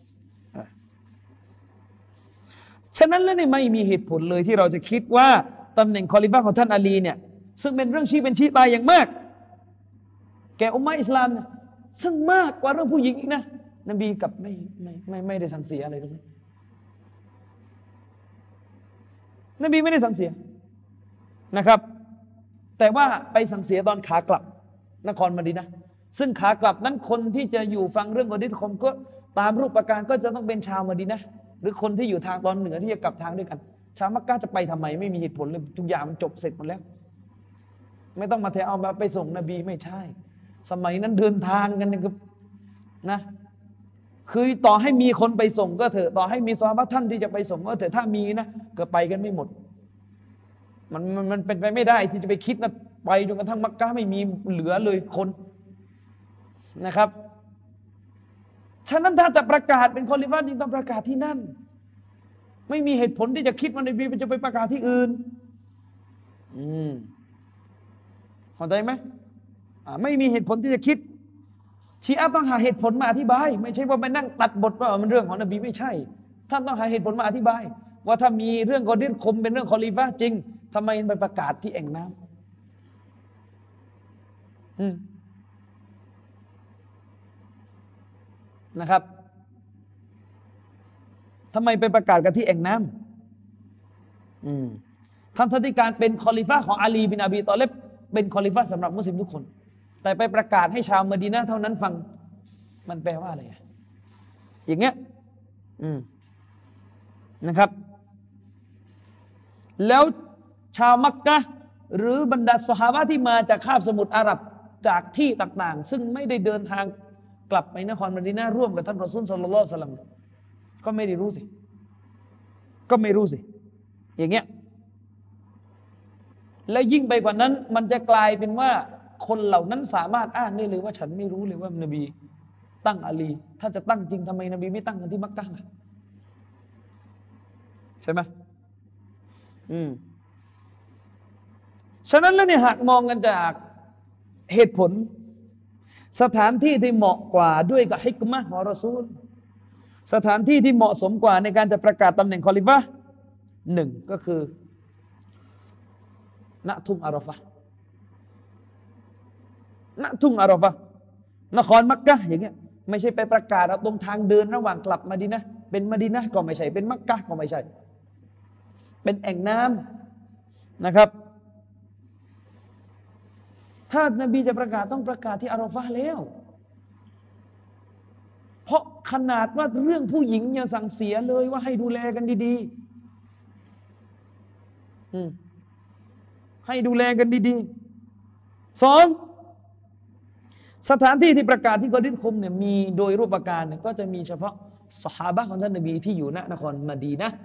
ฉะนั้นแล้วเนี่ยไม่มีเหตุผลเลยที่เราจะคิดว่าตำแหน่งคอลิฟะห์ของท่านอาลีเนี่ยซึ่งเป็นเรื่องชี้เป็นชี้ตายอย่างมากแก่อุมมะฮ์อิสลามเนี่ยซึ่งมากกว่าเรื่องผู้หญิงอีกนะนบีกับไม่ได้สั่งเสียอะไรตรงนี้นบีไม่ได้สั่งเสียนะครับแต่ว่าไปสั่งเสียตอนขากลับนครมะดีนะห์ซึ่งขากลับนั้นคนที่จะอยู่ฟังเรื่องกอดิษคมก็ตามรูปประการก็จะต้องเป็นชาวมะดีนะห์หรือคนที่อยู่ทางตอนเหนือที่จะกลับทางด้วยกันชาวมักกะฮ์จะไปทำไมไม่มีเหตุผลเลยทุกอย่างมันจบเสร็จหมดแล้วไม่ต้องมาแทเอามาไปส่งนบีไม่ใช่สมัยนั้นเดินทางกันนะคือต่อให้มีคนไปส่งก็เถอะต่อให้มีซอฮาบะห์ท่านที่จะไปส่งก็เถอะถ้ามีนะก็ไปกันไม่หมดมันเป็นไปไม่ได้ที่จะไปคิดนะไปจนกระทั่งมักกะฮ์ไม่มีเหลือเลยคนนะครับฉะนั้นถ้าจะประกาศเป็นคอลิฟะห์จริงต้องประกาศที่นั่นไม่มีเหตุผลที่จะคิดว่านบีจะไปประกาศที่อื่นเข้าใจไหมไม่มีเหตุผลที่จะคิดชีอะห์ต้องหาเหตุผลมาอธิบายไม่ใช่ว่าไปนั่งตัดบทว่ามันเรื่องของนบีไม่ใช่ท่านต้องหาเหตุผลมาอธิบายว่าถ้ามีเรื่องกอดิษคมเป็นเรื่องคอลิฟะห์จริงทำไมไปประกาศที่แอ่งน้ำนะครับทำไมไปประกาศกันที่แอ่งน้ำทั้งที่การเป็นคอลิฟะห์ของอาลีบินอบีตอเลบเป็นคอลิฟะห์สำหรับมุสลิมทุกคนแต่ไปประกาศให้ชาวมะดีนะห์เท่านั้นฟังมันแปลว่าอะไรอย่างเงี้ยนะครับแล้วชาวมักกะฮ์หรือบรรดาซอฮาบะห์ที่มาจากคาบสมุทรอาหรับจากที่ต่างๆซึ่งไม่ได้เดินทางกลับไปนครมะดีนะห์ร่วมกับท่านรอซูลศ็อลลัลลอฮุอะลัยฮิวะซัลลัมก็ไม่ได้รู้สิอย่างเงี้ยและยิ่งไปกว่านั้นมันจะกลายเป็นว่าคนเหล่านั้นสามารถอ้างได้เลยว่าฉันไม่รู้เลยว่านบีตั้งอาลีถ้าจะตั้งจริงทำไมนบีไม่ตั้งกันที่มักกะฮ์ล่ะใช่ไหมฉะนั้นแล้วเนี่ยหากมองกันจากเหตุผลสถานที่ที่เหมาะกว่าด้วยกับฮิกมะฮ์ของรอซูลสถานที่ที่เหมาะสมกว่าในการจะประกาศตำแหน่งคอลิฟะห์หนึ่งก็คือณทุ่งอาราฟะห์ณทุ่งอาราฟะห์นครมักกะฮ์อย่างเงี้ยไม่ใช่ไปประกาศตรงทางเดินระหว่างกลับมะดีนะห์เป็นมะดีนะห์ก็ไม่ใช่เป็นมักกะฮ์ก็ไม่ใช่เป็นแอ่งน้ำนะครับถ้านบีจะประกาศต้องประกาศที่อาราฟะห์แล้วเพราะขนาดว่าเรื่องผู้หญิงยังสั่งเสียเลยว่าให้ดูแลกันดีๆให้ดูแลกันดีๆสองสถานที่ที่ประกาศที่กอดิษคมเนี่ยมีโดยรูปการเนี่ยก็จะมีเฉพาะซอฮาบะห์ของท่านนบีที่อยู่ณนครมะดีนะห์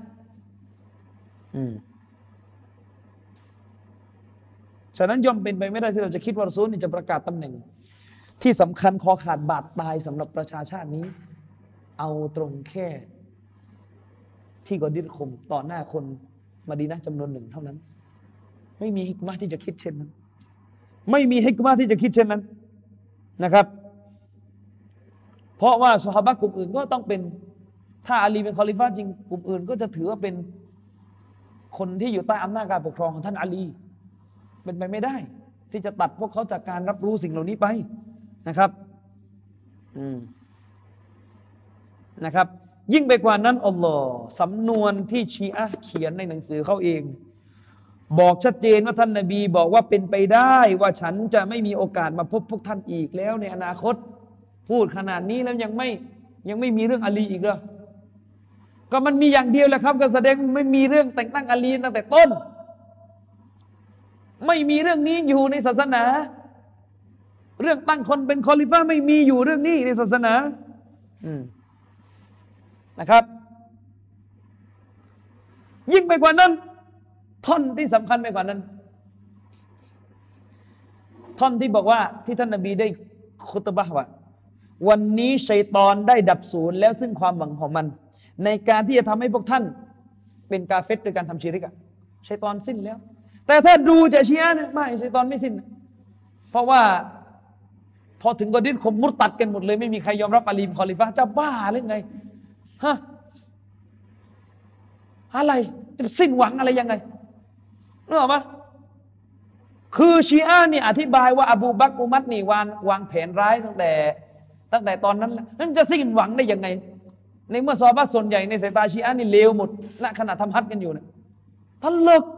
ฉะนั้นย่อมเป็นไปไม่ได้ที่เราจะคิดว่ารอซูลนี่จะประกาศตำแหน่งที่สำคัญคอขาดบาดตายสำหรับประชาชาตินี้เอาตรงแค่ที่กอดิษคมต่อหน้าคนมะดีนะห์จำนวนหนึ่งเท่านั้นไม่มีฮิกมะห์ที่จะคิดเช่นนั้นไม่มีฮิกมะห์ที่จะคิดเช่นนั้นนะครับเพราะว่าซอฮาบะห์กลุ่มอื่นก็ต้องเป็นถ้าอาลีเป็นคอลิฟะห์จริงกลุ่มอื่นก็จะถือว่าเป็นคนที่อยู่ใต้อำนาจการปกครองของท่านอาลีเป็นไปไม่ได้ที่จะตัดพวกเขาจากการรับรู้สิ่งเหล่านี้ไปนะครับนะครับยิ่งไปกว่านั้นอัลลอฮ์สำนวนที่ชีอะห์เขียนในหนังสือเขาเองบอกชัดเจนว่าท่านนบีบอกว่าเป็นไปได้ว่าฉันจะไม่มีโอกาสมาพบพวกท่านอีกแล้วในอนาคตพูดขนาดนี้แล้วยังไม่มีเรื่องอาลีอีกเหรอก็มันมีอย่างเดียวแหละครับก็แสดงไม่มีเรื่องแต่งตั้งอาลีตั้งแต่ต้นไม่มีเรื่องนี้อยู่ในศาสนาเรื่องตั้งคนเป็นคอลิฟะห์ไม่มีอยู่เรื่องนี้ในศาสนานะครับยิ่งไปกว่านั้นท่อนที่สำคัญไปกว่านั้นท่อนที่บอกว่าที่ท่านนบีได้คุตบะห์ว่าวันนี้ชัยฏอนได้ดับสูญแล้วซึ่งความหวังของมันในการที่จะทำให้พวกท่านเป็นกาเฟรโดยการทำชิริกอะชัยฏอนสิ้นแล้วแต่ถ้าดูจากชีอะห์เนี่ยไม่ชัยฏอนไม่สิ้นเพราะว่าพอถึงกอดิษข่มมุรตัดกันหมดเลยไม่มีใครยอมรับอาลีเป็นคอลิฟะห์จะบ้าหรือไงฮะอะไรจะสิ้นหวังอะไรยังไงนึกออกปะคือชีอะห์นี่อธิบายว่าอบูบักรอุมัรนี่วางแผนร้ายตั้งแต่ตอนนั้นแล้วนั่นจะสิ้นหวังได้ยังไงในเมื่อซอฮาบะห์ส่วนใหญ่ในสายตาชีอะห์นี่เลวหมดณขณะทำฮัจญ์กันอยู่เนี่ยท่านเลิก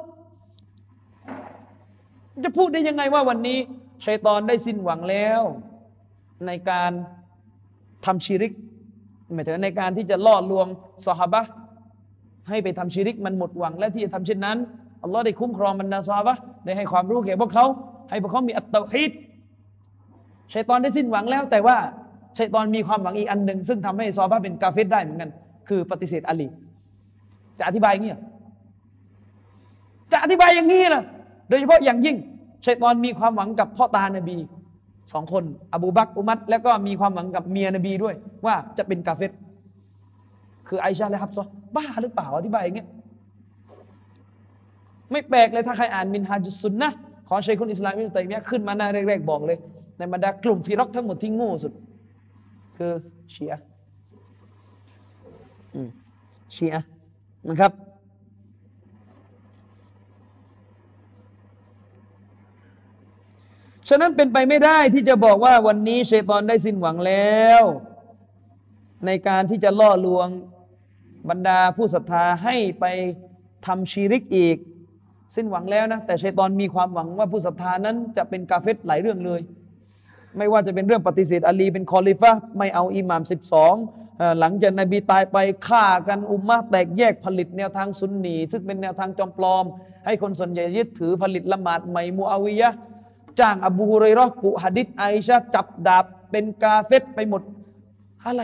จะพูดได้ยังไงว่าวันนี้ชัยฏอนได้สิ้นหวังแล้วในการทำชิริกหมายถึงในการที่จะล่อลวงซอฮาบะห์ให้ไปทำชิริกมันหมดหวังและที่จะทำเช่นนั้นอัลลอฮ์ได้คุ้มครองบรรดาซอฮาบะห์ได้ให้ความรู้แก่พวกเขาให้พวกเขามีอัตเตาฮีดชัยฏอนได้สิ้นหวังแล้วแต่ว่าชัยฏอนมีความหวังอีกอันหนึ่งซึ่งทำให้ซอฮาบะห์เป็นกาเฟรได้เหมือนกันคือปฏิเสธอาลีจะอธิบายอย่างนี้จะอธิบายอย่างนี้นะโดยเฉพาะอย่างยิ่งชัยฏอนมีความหวังกับพ่อตานบี2 คนอบูบักรอุมัรแล้วก็มีความหวังกับเมียนบีด้วยว่าจะเป็นกาเฟรคือไอชาและฮับซอบ้าหรือเปล่าอธิบายอย่างเงี้ยไม่แปลกเลยถ้าใครอ่านมินฮาจุสซุนนะห์ของชัยคุลอิสลามอิบนุตัยมียะห์ขึ้นมาหน้าแรกๆบอกเลยในบรรดากลุ่มฟิรอกทั้งหมดที่โง่สุดคือชีอะห์ชีอะห์นะครับฉะนั้นเป็นไปไม่ได้ที่จะบอกว่าวันนี้ชัยฏอนได้สิ้นหวังแล้วในการที่จะล่อลวงบรรดาผู้ศรัทธาให้ไปทำชีริกอีกสิ้นหวังแล้วนะแต่ชัยฏอนมีความหวังว่าผู้ศรัทธานั้นจะเป็นกาเฟรหลายเรื่องเลยไม่ว่าจะเป็นเรื่องปฏิเสธอาลีเป็นคอลิฟะห์ไม่เอาอิหม่าม12หลังจากนบีตายไปฆ่ากันอุมมะห์แตกแยกผลิตแนวทางซุนนีซึ่งเป็นแนวทางจอมปลอมให้คนส่วนใหญ่ยึดถือผลิตละหมาดใหม่มุอาวิยะห์จ้างอบูฮุรอยเราะห์กุหะดีษไอชะห์จับดาบเป็นกาเฟรไปหมดอะไร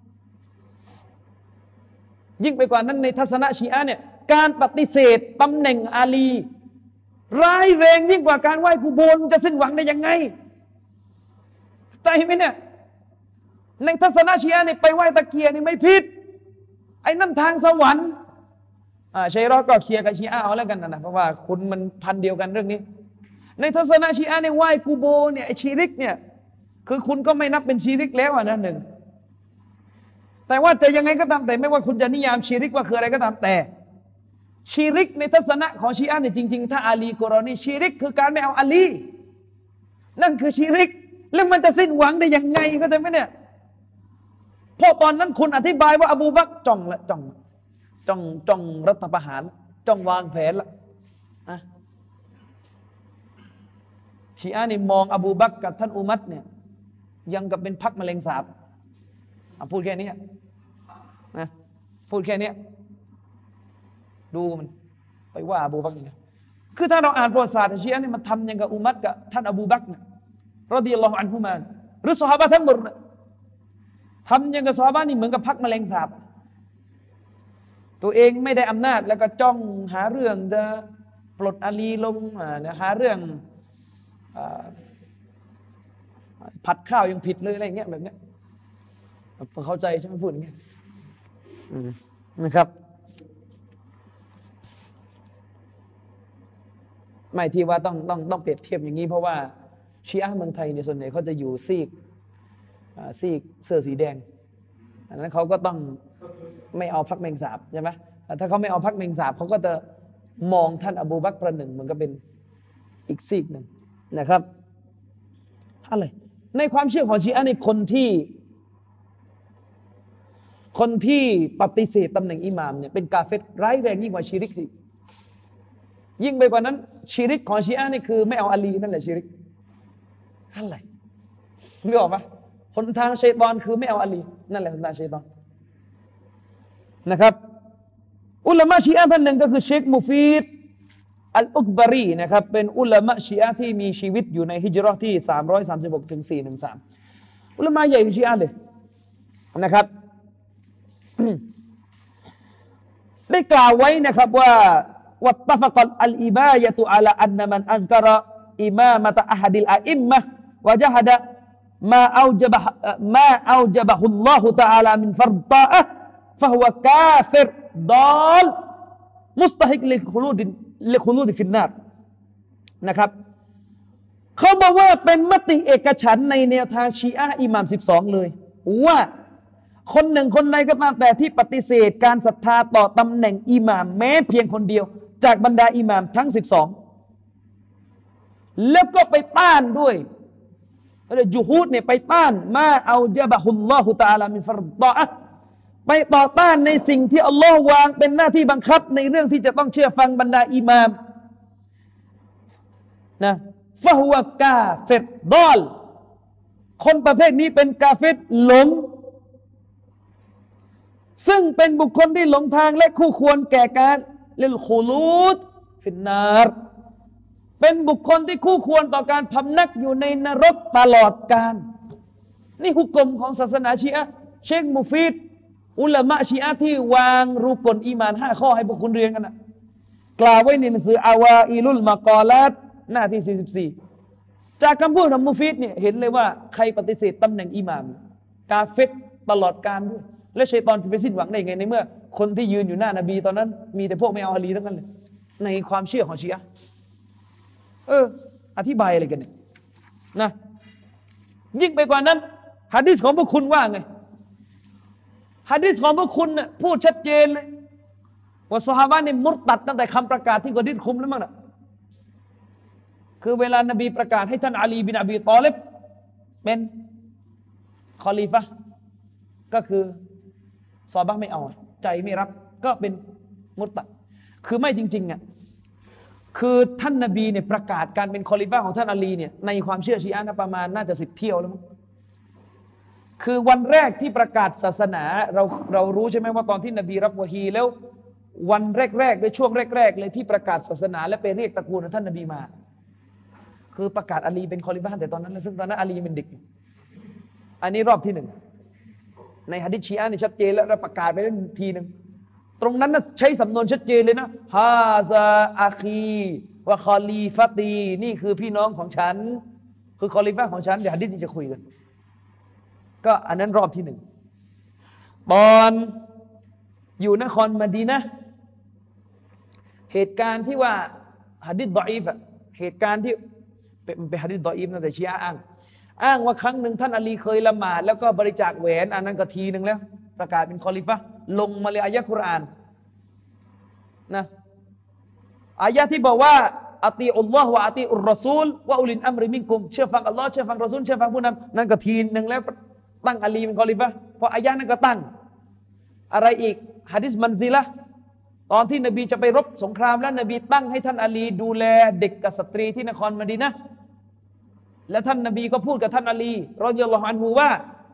ยิ่งไปกว่านั้นในทัศนะชีอะห์เนี่ยการปฏิเสธตำแหน่งอาลีร้ายแรงยิ่งกว่าการไหว้กุโบร์จะสิ้นหวังได้ยังไงใจไหมเนี่ยในทัศนะชีอะห์เนี่ยไปไหว้ตะเกียร์นี่ไม่ผิดไอ้นั่นทางสวรรค์ชัยเราะห์ก็เคลียร์กับชีอะห์เอาแล้วกันนะเพราะว่าคุณมันพันเดียวกันเรื่องนี้ในทัศนะชีอะห์เนี่ยไหว้กุโบร์เนี่ยไอ้ชิริกเนี่ยคือคุณก็ไม่นับเป็นชิริกแล้วนะหนึ่งแต่ว่าจะยังไงก็ตามแต่ไม่ว่าคุณจะนิยามชิริกว่าคืออะไรก็ตามแต่ชิริกในทัศนะของชีอะห์เนี่ยจริงๆถ้าอาลีกุรอนีชิริกคือการไม่เอาอาลีนั่นคือชิริกแล้วมันจะสิ้นหวังได้ยังไงเข้าใจไหมเนี่ยเพราะตอนนั้นคุณอธิบายว่าอบูบักรจ้องรัฐประหารจ้องวางแผนละชีอะห์นี่มองอบูบักรกับท่านอุมัรเนี่ยยังกับเป็นพักแมลงสาบพูดแค่นี้นะพูดแค่นี้ดูมันไปว่าอบูบักรนี่คือถ้าเราอ่านประวัติศาสตร์ชีอะห์นี่มันทำอย่างกับอุมัรกับท่านอบูบักรเนี่ยรอฎิยัลลอฮุอันฮุมาหรือซอฮาบะห์ทั้งหมดทำอย่างกับซอฮาบะห์นี่เหมือนกับพักแมลงสาบตัวเองไม่ได้อำนาจแล้วก็จ้องหาเรื่องจะปลดอาลีลงหาเรื่องผัดข้าวยังผิดเลยอะไรอย่างเงี้ยแบบเนี้ยเข้าใจใช่ไหมพูดอย่างเงี้ยนะครับไม่ที่ว่าต้องเปรียบเทียบอย่างนี้เพราะว่าชีอะห์เมืองไทยในส่วนใหญ่เขาจะอยู่ซีกเสื้อสีแดงอันนั้นเขาก็ต้องไม่เอาพรรคแมงสาบใช่ไหมถ้าเขาไม่เอาพรรคแมงสาบเขาก็จะมองท่านอบูบักรประหนึ่งเหมือนกับเป็นอีกซีกหนึ่งนะครับอะไรในความเชื่อของชีอะห์ในคนที่ปฏิเสธตำแหน่งอิหม่ามเนี่ยเป็นกาเฟรร้ายแรงยิ่งกว่าชิริกสิยิ่งไปกว่านั้นชิริกของชีอะห์นี่คือไม่เอาอาลีนั่นแหละชิริกอะไรนึกออกปะหนทางชัยฏอนคือไม่เอาอาลีนั่นแหละหนทางชัยฏอนนะครับอุลามะชีอะห์ท่านหนึ่งก็คือเชคมุฟีดอัลอุกบารีนะครับเป็นอุลามะชีอะห์ที่มีชีวิตอยู่ในฮิจเราะห์ที่336ถึง413อุลามะใหญ่ของชีอะห์เลยนะครับได้กล่าวไว้นะครับว่าวัตตะฟักอัลอิบายะตุอะลาอันนะมันอันกะรออิมามะตะอะฮัดิลอะอิมมะวะญะฮะดะมาเอาจบะมาเอาจบะฮุลลอฮุตะอาลามินฟัรฎะฟะฮุวะกาฟิรดอลมุสตะฮิกลิคุลูดฟินนาร์นะครับเขาบอกว่าเป็นมติเอกฉันท์ในแนวทางชีอะห์อิหม่าม12เลยว่าคนหนึ่งคนใดก็ตามแต่ที่ปฏิเสธการศรัทธาต่อตำแหน่งอิหม่ามแม้เพียงคนเดียวจากบรรดาอิหม่ามทั้ง12แล้วก็ไปต้านด้วยจุฮูดเนี่ยไปต้านมาเอาจบะฮุลลอฮุตะอาลามินฟัรฎะไปต่อต้านในสิ่งที่อัลลอฮ์วางเป็นหน้าที่บังคับในเรื่องที่จะต้องเชื่อฟังบรรดาอิหม่ามนะฟะฮุวะกาฟิรดอลคนประเภทนี้เป็นกาเฟรหลงซึ่งเป็นบุคคลที่หลงทางและคู่ควรแก่การลิลคูลูดฟินนารเป็นบุคคลที่คู่ควรต่อการพำนักอยู่ในนรกตลอดกาลนี่ฮุกกลมของศาสนาชีอะห์เชคมุฟีดอุลามะชีอะห์ที่วางรุกลอีหม่าน5ข้อให้พวกคุณเรียนกันนะกล่าวไว้ในหนังสืออาวาอิลุลมะกอลาตหน้าที่44จากคำพูดของมุฟีดเนี่ยเห็นเลยว่าใครปฏิเสธตำแหน่งอิหม่ามกาเฟรตลอดกาลด้วยและชัยฏอนจะไปสิ้นหวังได้ไงในเมื่อคนที่ยืนอยู่หน้านบีตอนนั้นมีแต่พวกไม่เอาอาลีทั้งนั้นเลยในความเชื่อของชีอะห์อธิบายอะไรกันเนี่ยนะยิ่งไปกว่านั้นหะดีษของพวกคุณว่าไงหะดีษของพวกคุณน่ะพูดชัดเจนเลยว่าซอฮาบะห์นี่มุรตัดตั้งแต่คำประกาศที่กอดิษคุมแล้วมั้งน่ะคือเวลานบีประกาศให้ท่านอาลีบินอบีฏอลิบเป็นคอลีฟะห์ก็คือซอฮาบะห์ไม่เอาใจไม่รับก็เป็นมุรตัดคือไม่จริงๆอ่ะคือท่านนบีเนี่ยประกาศการเป็นคอลิฟะห์ของท่านอาลีเนี่ยในความเชื่อชีอะห์นะประมาณน่าจะ10 เที่ยวแล้วมั้งคือวันแรกที่ประกาศศาสนาเรารู้ใช่ไหมว่าตอนที่นบีรับวะฮีแล้ววันแรกๆในช่วงแรกๆเลยที่ประกาศศาสนาและไปเรียกตระกูลของท่านนบีมาคือประกาศอาลีเป็นคอลิฟะห์แต่ตอนนั้นซึ่งตอนนั้นอาลีเป็นเด็กอันนี้รอบที่1ในหะดีษชีอะห์นี่ชัดเจนแล้วเราประกาศไปแล้วทีนึงตรงนั้นนะใช้สำนวนชัดเจนเลยนะฮาซาอาคีวะคอลีฟะตีนี่คือพี่น้องของฉันคือคอลีฟะของฉันเดี๋ยวหะดีษนี้จะคุยกันก็อันนั้นรอบที่1ตอนอยู่นครมะดีนะห์เหตุการณ์ที่ว่าหะดีษฎออีฟเหตุการณ์ที่เป็นหะดีษฎออีฟนะแต่ชีอะห์อ้างว่าครั้งหนึ่งท่านอาลีเคยละหมาดแล้วก็บริจาคแหวนอันนั้นก็ทีนึงแล้วประกาศเป็นคอลิฟะห์ลงมาเลยอายะห์กุรอานนะอายะห์ที่บอกว่าอะตีอุลลอฮ์วะอะตีอุรรอซูลวะอุลิลอัมริมินกุมเชื่อฟังอัลลอฮ์เชื่อฟังรอซูลเชื่อฟังผู้นำนั่นก็ทีนึงแล้วตั้งอาลีเป็นคอลิฟะห์เพราะอายะห์นั้นก็ตั้งอะไรอีกหะดีษมันซิละห์ตอนที่นบีจะไปรบสงครามแล้วนบีตั้งให้ท่านอาลีดูแลเด็กกับสตรีที่นครมะดีนะห์แล้วท่านนบีก็พูดกับท่านอาลีรอฎิยัลลอฮุอันฮุว่า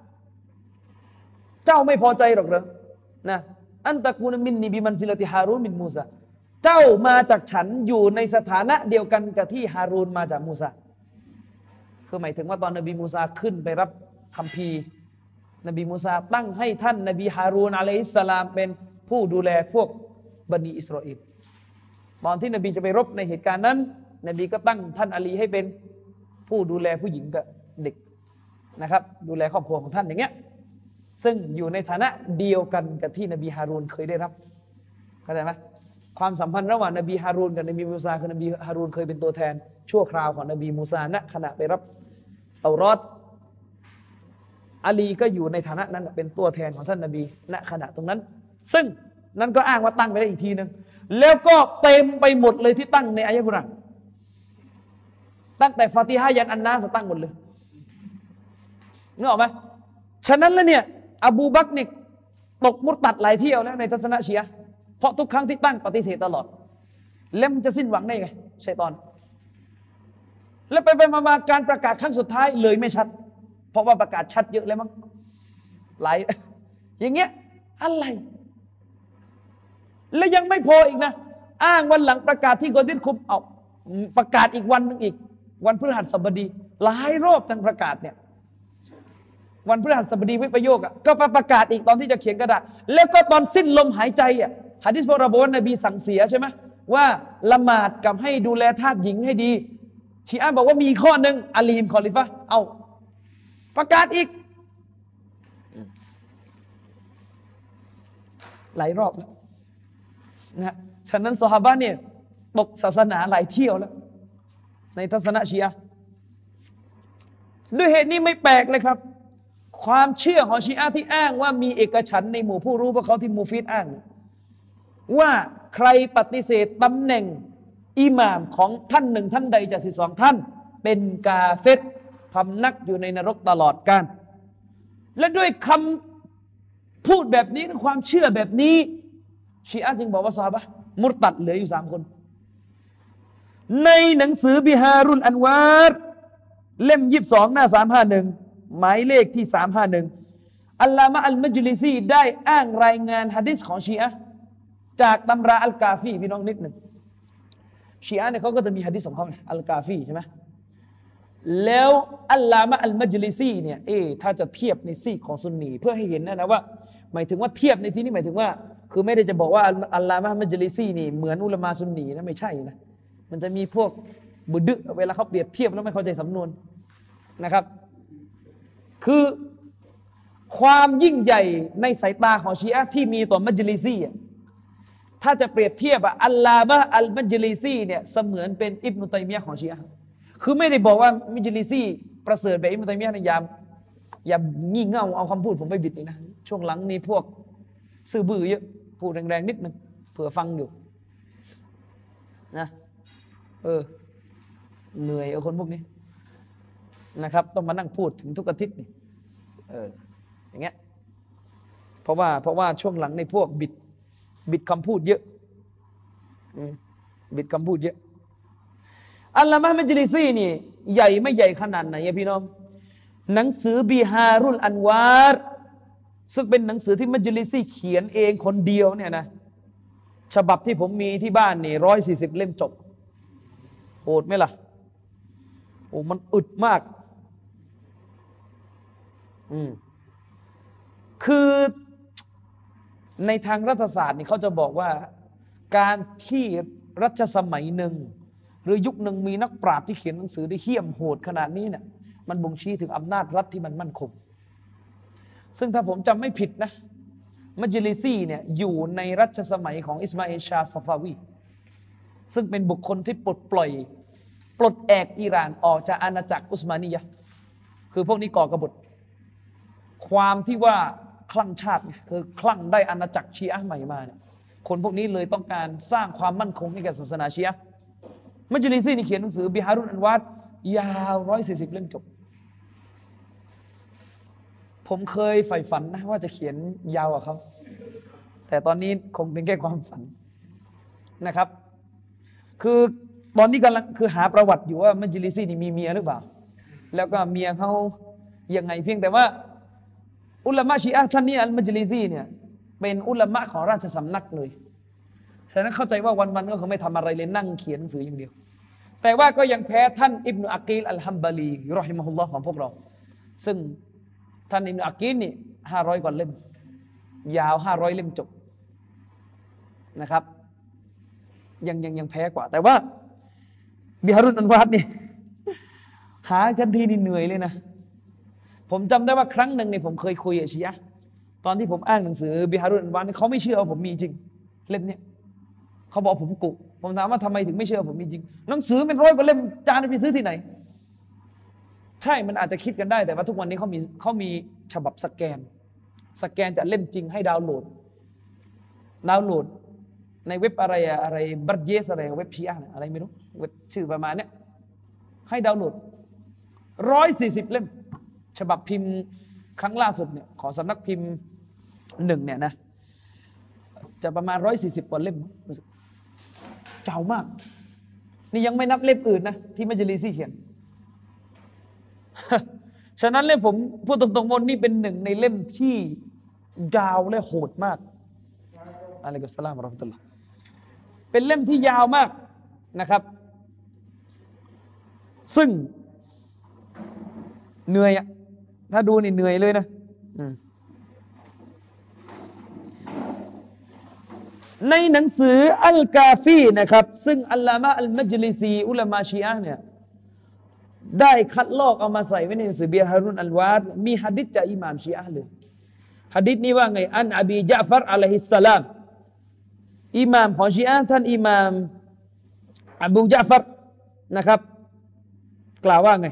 เจ้าไม่พอใจหรอกเหรอนะอันตะกูนมินนีบิมันซิลติฮารูนมินมูซาเจ้ามาจากฉันอยู่ในสถานะเดียวกันกับที่ฮารูนมาจากมูซาคือหมายถึงว่าตอนนบีมูซาขึ้นไปรับคัมภีร์นบีมูซาตั้งให้ท่านนบีฮารูนอะลัยฮิสสลามเป็นผู้ดูแลพวกบันิอิสราเอลตอนที่นบีจะไปรบในเหตุการณ์นั้นนบีก็ตั้งท่านอาลีให้เป็นผู้ดูแลผู้หญิงกับเด็กนะครับดูแลครอบครัวของท่านอย่างเงี้ยซึ่งอยู่ในฐานะเดียวกันกับที่นบีฮารูนเคยได้รับเข้าใจไหมความสัมพันธ์ระหว่างนบีฮารูนกับนบีมูซาคือนบีฮารูนเคยเป็นตัวแทนชั่วคราวของนบีมูซาณขณะไปรับเตารอดอาลีก็อยู่ในฐานะนั้นเป็นตัวแทนของท่านนบีณขณะตรงนั้นซึ่งนั้นก็อ้างว่าตั้งไปได้อีกทีนึงแล้วก็เต็มไปหมดเลยที่ตั้งในอายะห์กุรอานตั้งแต่ฟาติฮะห์ยันอันนาสตั้งหมดเลยนึกออกไหมฉะนั้นแล้วเนี่ยอบูบักรเนี่ยตกมุรตัดหลายเที่ยวแล้วในทัศนะชีอะห์เพราะทุกครั้งที่ตั้งปฏิเสธตลอดแล้วมันจะสิ้นหวังได้ไงชัยฏอนแล้วไปมาการประกาศครั้งสุดท้ายเลยไม่ชัดเพราะว่าประกาศชัดเยอะแล้วมั้งหลายอย่างเงี้ยอะไรแล้วยังไม่พออีกนะอ้างวันหลังประกาศที่กอดิษคุมเอาประกาศอีกวันนึงอีกวันพฤหัสบดีหลายรอบทั้งประกาศเนี่ยวันพฤหัสบดีวิปโยคก็ประกาศอีกตอนที่จะเขียนกระดาษแล้วก็ตอนสิ้นลมหายใจหะดีษบอกว่านบีสั่งเสียใช่ไหมว่าละหมาดกับให้ดูแลทาสหญิงให้ดีชีอะห์บอกว่ามีข้อหนึ่งอาลีมคอลิฟะห์เอาประกาศอีกหลายรอบแล้วนะฉะนั้นซอฮาบะห์เนี่ยตกศาสนาหลายเที่ยวแล้วในทัศนะชีอะห์ด้วยเหตุนี้ไม่แปลกเลยครับความเชื่อของชีอะห์ที่อ้างว่ามีเอกฉันท์ในหมู่ผู้รู้พวกเขาที่มูฟิดอ้างว่าใครปฏิเสธตำแหน่งอิหม่ามของท่านหนึ่งท่านใดจาก12ท่านเป็นกาเฟรพำนักอยู่ในนรกตลอดกาลและด้วยคำพูดแบบนี้ความเชื่อแบบนี้ชีอะห์จึงบอกว่าซอฮาบะห์มุรตัดเหลืออยู่3 คนในหนังสือบิฮารุลอันวารเล่ม22หน้า351หมายเลขที่351อัลลามะอัลมัจลิซีได้อ้างรายงานหะดีษของชีอะห์จากตำราอัลกาฟีพี่น้องนิดหนึ่งชีอะห์เนี่ยเขาก็จะมีหะดีษของเขาอัลกาฟีใช่ไหมแล้วอัลลามะอัลมัจลิซีเนี่ยถ้าจะเทียบในซีกของซุนนีเพื่อให้เห็นนะว่าหมายถึงว่าเทียบในที่นี้หมายถึงว่าคือไม่ได้จะบอกว่าอัลลามะอัลมัจลิซีนี่เหมือนอุลามะซุนนีนะไม่ใช่นะมันจะมีพวกบุดึเวลาเขาเปรียบเทียบแล้วไม่เข้าใจสำนวนนะครับคือความยิ่งใหญ่ในสายตาของชีอะห์ที่มีต่อมัจลิซีถ้าจะเปรียบเทียบอัลลามะอัลมัจลิซีเนี่ยเสมือนเป็นอิบนุตัยมียะห์ของชีอะห์คือไม่ได้บอกว่ามัจลิซีประเสริฐแบบอิบนุตัยมียะห์นะอย่างี่เง่าเอาคำพูดผมไปบิดนี่นะช่วงหลังนี้พวกซื่อบื้อเยอะพูดแรงๆนิดนึงเผื่อฟังอยู่นะเหนื่อยคนพวกนี้นะครับต้องมานั่งพูดถึงทุกอาทิตย์นี่อย่างเงี้ยเพราะว่าช่วงหลังในพวกบิดคำพูดเยอะบิดคำพูดเยอะอัลลามะห์มัจลิซีนี่ใหญ่ไม่ใหญ่ขนาดไหนพี่น้องหนังสือบิฮารุลอันวารซึ่งเป็นหนังสือที่มัจลิซีเขียนเองคนเดียวเนี่ยนะฉบับที่ผมมีที่บ้านนี่140 เล่มจบโหดไหมล่ะโอ้มันอึดมากคือในทางรัฐศาสตร์นี่เขาจะบอกว่าการที่รัชสมัยหนึ่งหรือยุคหนึ่งมีนักปราชญ์ที่เขียนหนังสือได้เหี้ยมโหดขนาดนี้เนี่ยมันบ่งชี้ถึงอำนาจรัฐที่มันมั่นคงซึ่งถ้าผมจำไม่ผิดนะมัจลิซีเนี่ยอยู่ในรัชสมัยของอิสมาอิลชาซอฟาวีซึ่งเป็นบุคคลที่ปลดแอกอิหร่านออกจากอาณาจักรอุสมานียะห์คือพวกนี้ก่อกบฏความที่ว่าคลั่งชาติคือคลั่งได้อาณาจักรชีอะห์ใหม่มาเนี่ยคนพวกนี้เลยต้องการสร้างความมั่นคงให้แก่ศาสนาชีอะห์มัจลิซีนี่เขียนหนังสือบิฮารุลอันวารยาว140 เล่มจบผมเคยใฝ่ฝันนะว่าจะเขียนยาวกว่าเขาแต่ตอนนี้คงเป็นแค่ความฝันนะครับคือตอนนี้กำลังคือหาประวัติอยู่ว่ามัจลิซีนี่มีเมียหรือเปล่าแล้วก็เมียเขายังไงเพียงแต่ว่าอุลามะชีอะห์ท่านนี้อัลมัจลิซีเนี่ยเป็นอุลามะของราชสำนักเลยฉะนั้นเข้าใจว่าวันๆก็คงไม่ทำอะไรเลยนั่งเขียนหนังสืออย่างเดียวแต่ว่าก็ยังแพ้ท่านอิบนุอักีลอัลฮัมบาลีรอฮิมะฮุลลอฮ์ของพวกเราซึ่งท่านอิบนุอักีลนี่500 กว่าเล่มยาว500 เล่มจบนะครับยังแพ้กว่าแต่ว่าบิฮารุลอันวารนี่หากันทีนี่เหนื่อยเลยนะผมจำได้ว่าครั้งหนึ่งเนี่ยผมเคยคุยกับชีอะห์ตอนที่ผมอ่านหนังสือบิฮารุลอันวารเขาไม่เชื่อว่าผมมีจริงเล่มนี้เขาบอกผมกุผมถามว่าทำไมถึงไม่เชื่อผมมีจริงหนังสือเป็น100 กว่าเล่มจานไปซื้อที่ไหนใช่มันอาจจะคิดกันได้แต่ว่าทุกวันนี้เขามีฉบับสแกนจากเล่มจริงให้ดาวน์โหลดในเว็บอะไรบัตเยสอะไรเว็บชีอะห์อะไรไม่รู้เว็บชื่อประมาณเนี้ยให้ดาวน์โหลด140 เล่มฉบับพิมพ์ครั้งล่าสุดเนี่ยของสำนักพิมพ์1เนี่ยนะจะประมาณ140 กว่าเล่มเจ้ามากนี่ยังไม่นับเล่มอื่นนะที่มัจลิซีเขียน ฉะนั้นเล่มผมพูดตรงๆว่านี่เป็นหนึ่งในเล่มที่ยาวและโหดมากอะลัยกุสสลามวะเราะห์มะตุลลอฮ์เป็นเล่มที่ยาวมากนะครับซึ่งเหนื่อยอะถ้าดูนี่เหนื่อยเลยนะในหนังสืออัลกาฟีนะครับซึ่งอัลลามะอัลมัจลิซีอุลามะชีอะห์เนี่ยได้คัดลอกเอามาใส่ไว้ในหนังสือเบียร์ฮารุนอัลวาดมีหะดีษจากอิหม่ามชีอะห์เลยหะดีษนี้ว่าไงอันอบีญะฟัรอะลัยฮิสสลามอิหม่ามของชีอะห์ท่านอิหม่ามอบูญะฟัรนะครับกล่าวว่าไง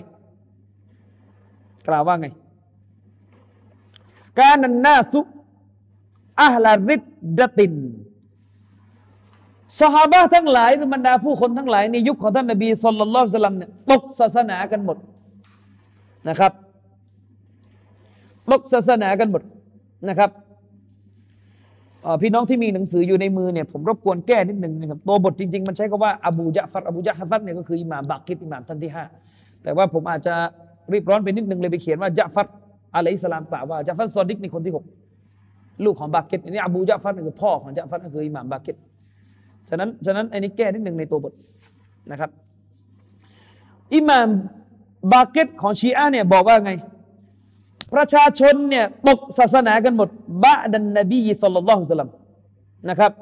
กานันนาสุอะห์ละริดดะตินซอฮาบะห์ทั้งหลายหรือบรรดาผู้คนทั้งหลายในยุคของท่านนบีศ็อลลัลลอฮุอะลัยฮิวะซัลลัมเนี่ยตกศาสนากันหมดนะครับตกศาสนากันหมดนะครับพี่น้องที่มีหนังสืออยู่ในมือเนี่ยผมรบกวนแก้นิดนึงนะครับตัวบทจริงๆมันใช้คำว่าอบูญะฟัรเนี่ยก็คืออิหม่ามบากิรอิหม่ามท่านที่5แต่ว่าผมอาจจะรีบร้อนไปนิดนึงเลยไปเขียนว่าญะฟัรอะลัยฮิสสลามกล่าวว่าญะฟัรซอดิกนี่คนที่6ลูกของบากิรอันนี้อบูญะฟัรนี่คือพ่อของญะฟัรก็คืออิหม่ามบากิรฉะนั้นอันนี้แก้นิดนึงในตัวบทนะครับอิหม่ามบากิรของชีอะห์เนี่ยบอกว่าไงประชาชนเนี่ยตกศาสนากันหมดบะดันนบีศ็อลลัลลอฮุอะลัยฮิวะซัลลัมนะครับ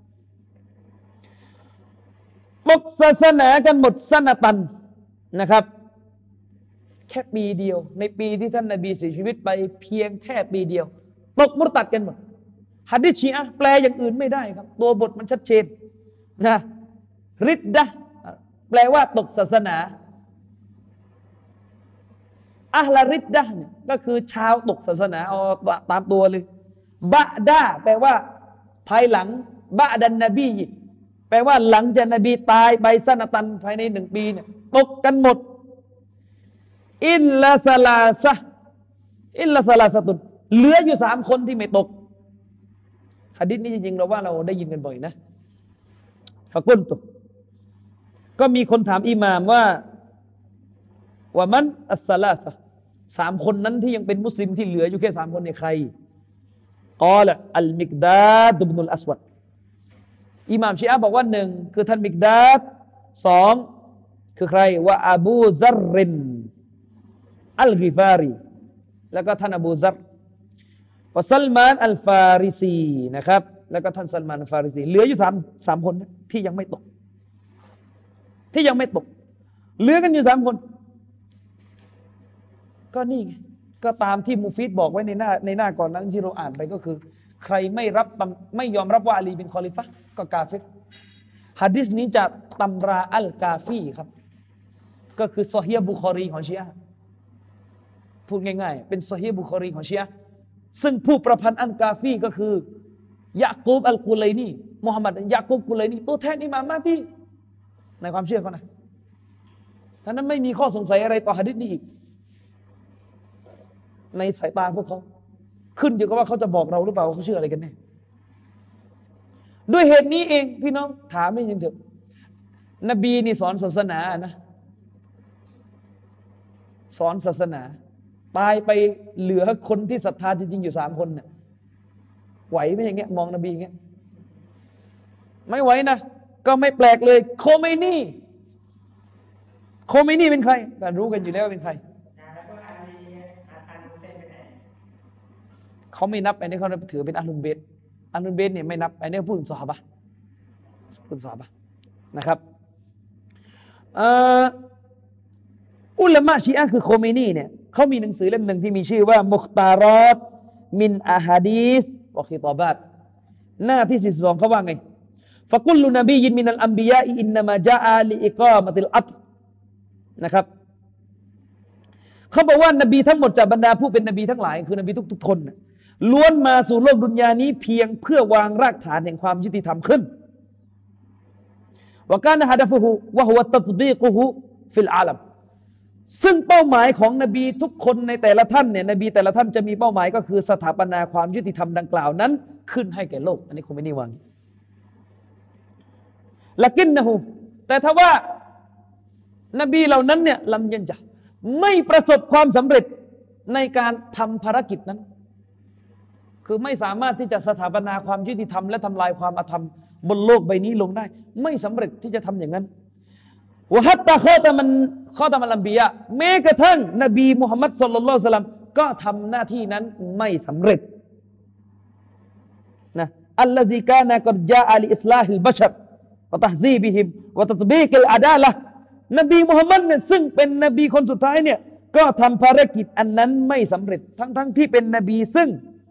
ตกศาสนากันหมดซะนะตันนะครับแค่ปีเดียวในปีที่ท่านนบีเสียชีวิตไปเพียงแค่ปีเดียวตกมุรตัดกันหมดหะดีษชีอะห์แปลอย่างอื่นไม่ได้ครับตัวบทมันชัดเจนนะริดดะห์แปลว่าตกศาสนาอะห์ละริดดะห์เนี่ยก็คือชาวตกศาสนาเอาตามตัวเลยบะดาแปลว่าภายหลังบะดันนบีแปลว่าหลังจากนบีตายไปซะนะตันภายใน1 ปีเนี่ยตกกันหมดอิลลาซะลาซะตุนเหลืออยู่3 คนที่ไม่ตกหะดีษนี้จริงๆเราว่าเราได้ยินกันบ่อยนะฟะกุลตุก็มีคนถามอิหม่ามว่ามันอัสซะลาซะ3 คนนั้นที่ยังเป็นมุสลิมที่เหลืออยู่แค่3 คนเนี่ยใครกอละอัลมิกดาดอิบนุลอัสวัดอิหม่ามชีอะห์บอกว่า1คือท่านมิกดาด2คือใครว่าอบูซัรรินอัลกิฟารีแล้วก็ท่านอบูซัรวะซัลมานอัลฟาริซีนะครับแล้วก็ท่านซัลมานอัลฟาริซีเหลืออยู่3 คนที่ยังไม่ตกเหลือกันอยู่3 คนก็นี่ไงก็ตามที่มุฟีดบอกไว้ในหน้าก่อนนั้นที่เราอ่านไปก็คือใครไม่ยอมรับว่าอาลีเป็นคอลิฟะห์ก็กาเฟรหะดีษนี้จากตำราอัลกาฟีครับก็คือซอฮีฮ์บุคอรีของชีอะห์พูดง่ายๆเป็นซอฮีฮ์บุคอรีของชีอะห์ซึ่งผู้ประพันธ์อัลกาฟีก็คือยะกูบอัลกุไลนีมุฮัมมัดยะกูบกุไลนีตัวแทนอิหม่ามมาดีในความเชื่อเขานะท่านั้นไม่มีข้อสงสัยอะไรต่อหะดีษนี้อีกในสายตาพวกเขาขึ้นอยู่กับว่าเขาจะบอกเราหรือเปล่าเขาเชื่ออะไรกันแน่ด้วยเหตุนี้เองพี่น้องถามไม่จริงเถอะนบีนี่สอนศาสนานะสอนศาสนาตายไปเหลือคนที่ศรัทธาจริงๆอยู่3 คนเนี่ยไหวไหมอย่างเงี้ยมองนบีอย่างเงี้ยไม่ไหวนะก็ไม่แปลกเลยโคเมนีเป็นใครก็รู้กันอยู่แล้วเป็นใครเขาไม่นับอันนี้เขาถือเป็นอัลลุนเบตเนี่ยไม่นับอันนี้พูดถึงซอฮาบะห์นะครับอุลามะชีอะห์คือโคเมนีเนี่ยเขามีหนังสือเล่มหนึ่งที่มีชื่อว่ามุคตารอตมินอะฮะดีษวะคิตาบาตหน้าที่42เขาว่าไงฟะกุลลุนบียินมินัลอัมบิยาอินนามะจาอะลิอิกามะติลอัตนะครับเขาบอกว่านบีทั้งหมดจากบรรดาผู้เป็นนบีทั้งหลายคือนบีทุกๆคนล้วนมาสู่โลกดุนยานี้เพียงเพื่อวางรากฐานแห่งความยุติธรรมขึ้นวะกานะฮะดะฟุฮุวะฮุวะตัตบีกุฮุฟิลอาลัมซึ่งเป้าหมายของนบีทุกคนในแต่ละท่านเนี่ยนบีแต่ละท่านจะมีเป้าหมายก็คือสถาปนาความยุติธรรมดังกล่าวนั้นขึ้นให้แก่โลกอันนี้คงไม่นิวังละกินนะฮูแต่ถ้าว่านบีเหล่านั้นเนี่ยลำยันจะไม่ประสบความสำเร็จในการทำภารกิจนั้นคือไม่สามารถที่จะสถาปนาความยุติธรรมและทำลายความอาธรรมบนโลกใบนี้ลงได้ไม่สำเร็จที่จะทำอย่างนั้นวะฮัตตะข้อตะมันอัมบิยะแม้กระทั่งนบีมุฮัมมัดศ็อลลัลลอฮุอะลัยฮิวะซัลลัมก็ทำหน้าที่นั้นไม่สำเร็จนะอัลลซีกานะกัดจาอะลิอิสลาฮิลบัชรวะตะฮซีบิฮิมวะตัตบีกิลอะดาละห์นบีมุฮัมมัดเนี่ยซึ่งเป็นนบีคนสุดท้ายเนี่ยก็ทำภารกิจอันนั้นไม่สำเร็จทั้งที่เป็นนบีซึ่ง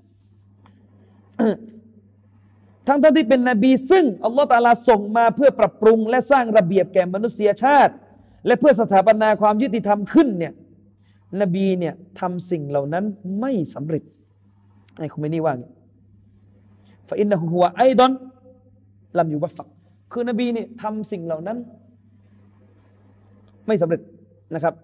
ทั้งที่เป็นนบีซึ่งอัลลอฮฺตะอาลาส่งมาเพื่อปรับปรุงและสร้างระเบียบแก่มนุษยชาติและเพื่อสถาปนาความยุติธรรมขึ้นเนี่ยนบีเนี่ยทำสิ่งเหล่านั้นไม่สำเร็จไอ้คุเมนีว่าไงฟะอินนะฮูวะไอดอนลัมยุวัฟฟักคือนบีเนี่ยทำสิ่งเหล่านั้นไม่สำเร็จนะครับ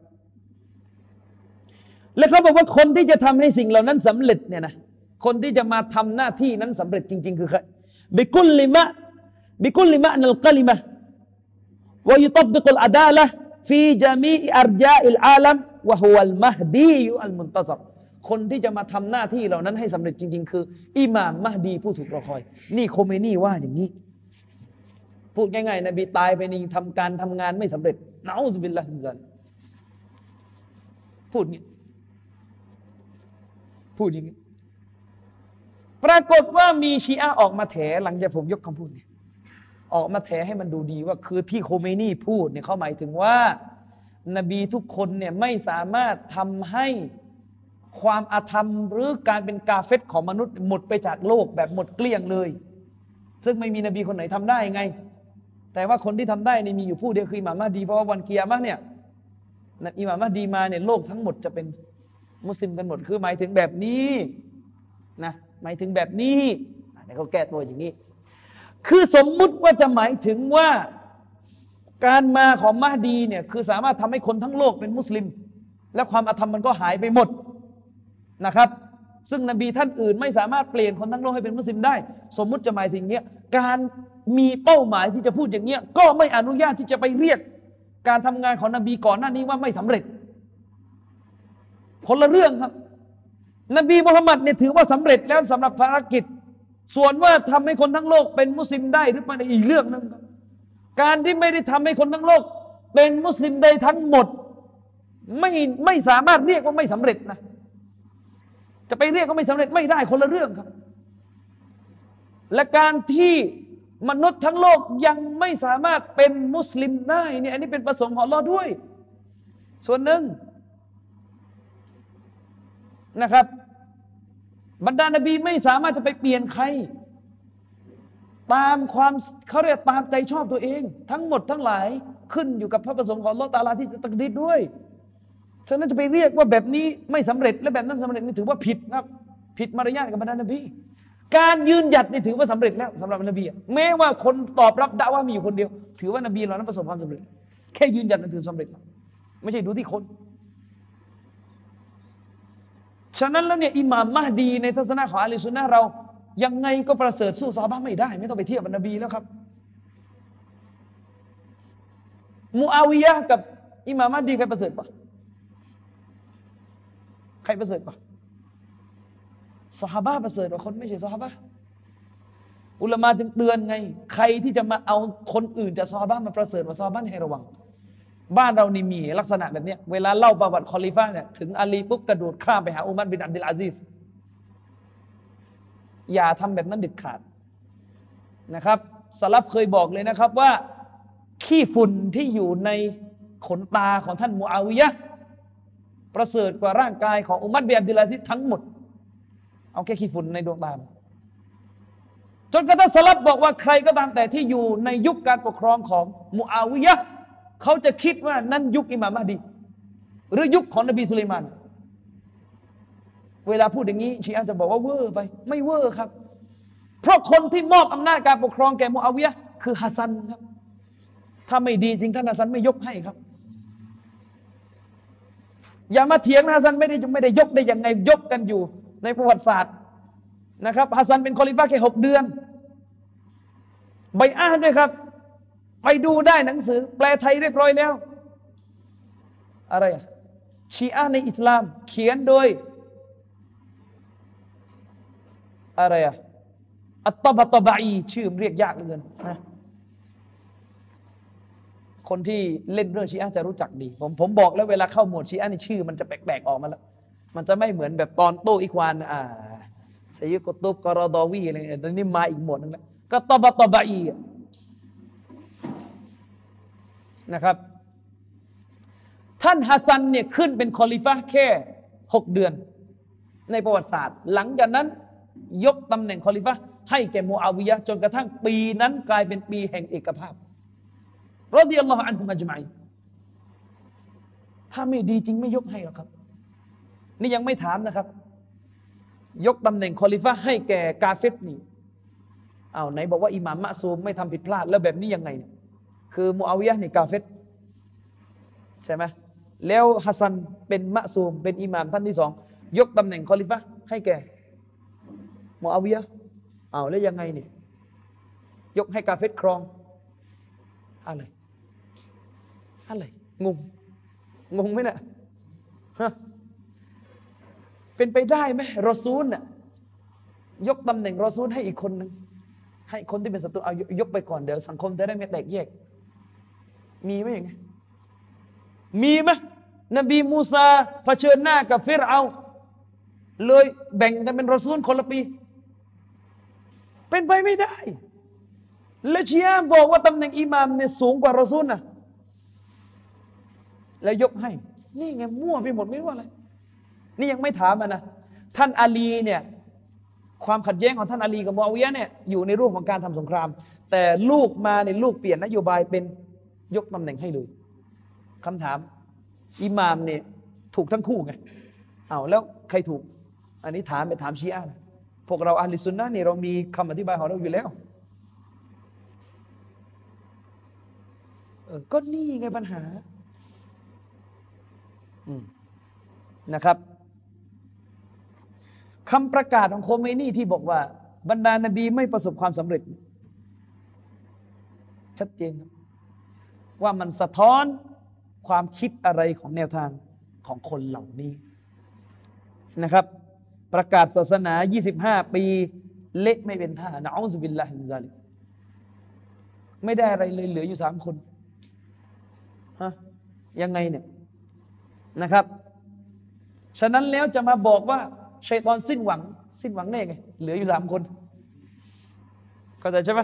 และเขาบอกว่าคนที่จะทำให้สิ่งเหล่านั้นสำเร็จเนี่ยนะคนที่จะมาทำหน้าที่นั้นสำเร็จจริงๆคือใครบิกุลลิมะนัลกะลิมะวะยุตับบิกุลอะดาละห์ฟีญะมีอิอัรญาอิลอาลัมวะฮุวัลมะฮดีอัลมุนตะซัรคนที่จะมาทำหน้าที่เหล่านั้นให้สำเร็จจริงๆคืออิหม่ามมะฮดีผู้ถูกรอคอยนี่โคเมนีว่าอย่างนี้พูดง่ายๆนบีตายไปนี่ทำงานไม่สำเร็จนะอูซุบิลลาฮิมินซาลิกพูดอย่างนี้ปรากฏว่ามีชีอะห์ออกมาแถหลังจากผมยกคำพูดเนี่ยออกมาแถให้มันดูดีว่าคือที่โคเมนีพูดเนี่ยเขาหมายถึงว่านบีทุกคนเนี่ยไม่สามารถทำให้ความอาธรรมหรือการเป็นกาเฟรของมนุษย์หมดไปจากโลกแบบหมดเกลี้ยงเลยซึ่งไม่มีนบีคนไหนทำได้ไงแต่ว่าคนที่ทำได้นี่มีอยู่ผู้เดียวคืออิหม่ามมะฮดีเพราะว่าวันกิยามะห์เนี่ยอิหม่ามมะฮดีมาเนี่ยโลกทั้งหมดจะเป็นมุสลิมกันหมดคือหมายถึงแบบนี้นะหมายถึงแบบนี้เนี่ยเขาแก้ตัวอย่างนี้คือสมมุติว่าจะหมายถึงว่าการมาของมะฮดีเนี่ยคือสามารถทำให้คนทั้งโลกเป็นมุสลิมและความอาธรรมมันก็หายไปหมดนะครับซึ่งนบีท่านอื่นไม่สามารถเปลี่ยนคนทั้งโลกให้เป็นมุสลิมได้สมมุติจะหมายถึงเนี้ยการมีเป้าหมายที่จะพูดอย่างเงี้ยก็ไม่อนุญาตที่จะไปเรียกการทำงานของนบีก่อนหน้านี้ว่าไม่สำเร็จคนละเรื่องครับนบีมุฮัมมัดเนี่ยถือว่าสำเร็จแล้วสำหรับภารกิจส่วนว่าทำให้คนทั้งโลกเป็นมุสลิมได้หรือไม่อีกเรื่องนึงครับการที่ไม่ได้ทำให้คนทั้งโลกเป็นมุสลิมได้ทั้งหมดไม่สามารถเรียกว่าไม่สำเร็จนะจะไปเรียกว่าไม่สำเร็จไม่ได้คนละเรื่องครับและการที่มนุษย์ทั้งโลกยังไม่สามารถเป็นมุสลิมได้เนี่ยอันนี้เป็นประสงค์ของอัลเลาะห์ด้วยส่วนหนึ่งนะครับบรรดานบีไม่สามารถจะไปเปลี่ยนใครตามความเขาเรียกตามใจชอบตัวเองทั้งหมดทั้งหลายขึ้นอยู่กับพระประสงค์ของอัลเลาะห์ตะอาลาที่จะตักดีรด้วยฉะนั้นจะไปเรียกว่าแบบนี้ไม่สำเร็จและแบบนั้นสำเร็จนี่ถือว่าผิดครับผิดมารยาทกับบรรดานบีการยืนหยัดนี่ถือว่าสำเร็จแล้วสำหรับนบีแม้ว่าคนตอบรับดะว่ามีอยู่คนเดียวถือว่านบีเรานั้นประสบความสำเร็จแค่ยืนหยัดนั่นถือสำเร็จไม่ใช่ดูที่คนฉะนั้นแล้วเนี่ยอิหม่ามมะฮดีในทัศนะของอะห์ลุสซุนนะห์เรายังไงก็ประเสริฐสู้ซอฮาบะห์ไม่ได้ไม่ต้องไปเทียบกับนบีแล้วครับมุอาวิยะห์กับอิหม่ามมะฮดีใครประเสริฐกว่าใครประเสริฐกว่าซอฮาบะห์ประเสริฐกว่าคนไม่ใช่ซอฮาบะห์อุลามะจึงเตือนไงใครที่จะมาเอาคนอื่นจากซอฮาบะห์มาประเสริฐกว่าซอฮาบะห์ให้ระวังบ้านเรานี่มีลักษณะแบบนี้เวลาเล่าประวัติคอลิฟะห์เนี่ยถึงอาลีปุ๊บกระโดดข้ามไปหาอุมัรบินอับดุลอาซิซอย่าทำแบบนั้นเด็ดขาดนะครับสลัฟเคยบอกเลยนะครับว่าขี้ฝุ่นที่อยู่ในขนตาของท่านมุอาวิยะห์ประเสริฐกว่าร่างกายของอุมัรบินอับดุลอาซิซทั้งหมดเอาแค่ขี้ฝุ่นในดวงตาจนกระทั่งสลัฟบอกว่าใครก็ตามแต่ที่อยู่ในยุคการปกครองของมุอาวิยะห์เขาจะคิดว่านั่นยุคอิหม่ามมะฮดีหรือยุคของนบีสุลัยมานเวลาพูดอย่างนี้ชีอะห์จะบอกว่าเวอร์ไปไม่เวอร์ครับเพราะคนที่มอบอำนาจการปกครองแก่มุอาวิยะห์คือฮัสซันครับถ้าไม่ดีจริงท่านฮัสซันไม่ยกให้ครับอย่ามาเถียงฮัสซันไม่ได้ยกได้ยังไงยกกันอยู่ในประวัติศาสตร์นะครับฮัสซันเป็นคอลิฟะห์แค่6 เดือนใบอะห์ด้วยครับไปดูได้หนังสือแปลไทยเรียบร้อยแล้วอะไรชีอะห์ในอิสลามเขียนโดยอะไรอัตตบะตบะอีชื่อเรียกยากเหลือเกินนะคนที่เล่นเรื่องชีอะห์จะรู้จักดีผมบอกแล้วเวลาเข้าหมวดชีอะห์นี่ชื่อมันจะแปลกๆออกมาแล้วมันจะไม่เหมือนแบบตอนโตอิควานซัยยิดกุตุบกอรอฎอวีอะไรตอนนี้มาอีกหมวดนึงแล้วก็ตบะตบะอีนะครับท่านฮัสซันเนี่ยขึ้นเป็นคอลิฟะห์แค่6 เดือนในประวัติศาสตร์หลังจากนั้นยกตำแหน่งคอลิฟะห์ให้แก่มูอาวิยะห์จนกระทั่งปีนั้นกลายเป็นปีแห่งเอกภาพรอฎิยัลลอฮุอันฮุมอัจมัยถ้าไม่ดีจริงไม่ยกให้หรอกครับนี่ยังไม่ถามนะครับยกตำแหน่งคอลิฟะห์ให้แก่กาเฟรนี่เอาไหนบอกว่าอิหม่ามมะซูมไม่ทำผิดพลาดแล้วแบบนี้ยังไงเนี่ยคือมูอาวิยะห์นี่กาเฟรใช่ไหมแล้วฮัสซันเป็นมะซูมเป็นอิหม่ามท่านที่ 2ยกตำแหน่งคอลิฟะห์ให้แก่มูอาวิยะห์เอาแล้วยังไงเนี่ยยกให้กาเฟรครองอะไรงงไหมเนี่ยฮะเป็นไปได้ไหมรอซูลน่ะยกตำแหน่งรอซูลให้อีกคนนึงให้คนที่เป็นศัตรูเอายกไปก่อนเดี๋ยวสังคมจะได้ไม่แตกแยกมีไหมอย่างไงมีไหมนบีมูซาเผชิญหน้ากับฟิรเอาเลยแบ่งกันเป็นรอซูลคนละปีเป็นไปไม่ได้และชีอะห์บอกว่าตำแหน่งอิหม่ามเนี่ยสูงกว่ารอซูลนะแล้วยกให้นี่ไงมั่วไปหมดไม่รู้อะไรนี่ยังไม่ถามนะท่านอาลีเนี่ยความขัดแย้งของท่านอาลีกับมูอาวิยะห์เนี่ยอยู่ในรูปของการทำสงครามแต่ลูกมาในลูกเปลี่ยนนโยบายเป็นยกตำแหน่งให้เลยคำถามอิหม่ามเนี่ยถูกทั้งคู่ไงเอาแล้วใครถูกอันนี้ถามไปถามชีอะห์พวกเราอะห์ลิสซุนนะห์นี่เรามีคำอธิบายของเราอยู่แล้วก็นี่ไงปัญหานะครับคำประกาศของโคเมนีที่บอกว่าบรรดานบีไม่ประสบความสำเร็จชัดเจนว่ามันสะท้อนความคิดอะไรของแนวทางของคนเหล่านี้นะครับประกาศศาสนา25 ปีเละไม่เป็นท่านะอูซุบิลลาฮิมินซาลิกไม่ได้อะไรเลยเหลืออยู่3 คนฮะยังไงเนี่ยนะครับฉะนั้นแล้วจะมาบอกว่าชัยฏอนสิ้นหวังแน่ไงเหลืออยู่3 คนเข้าใจใช่ไหม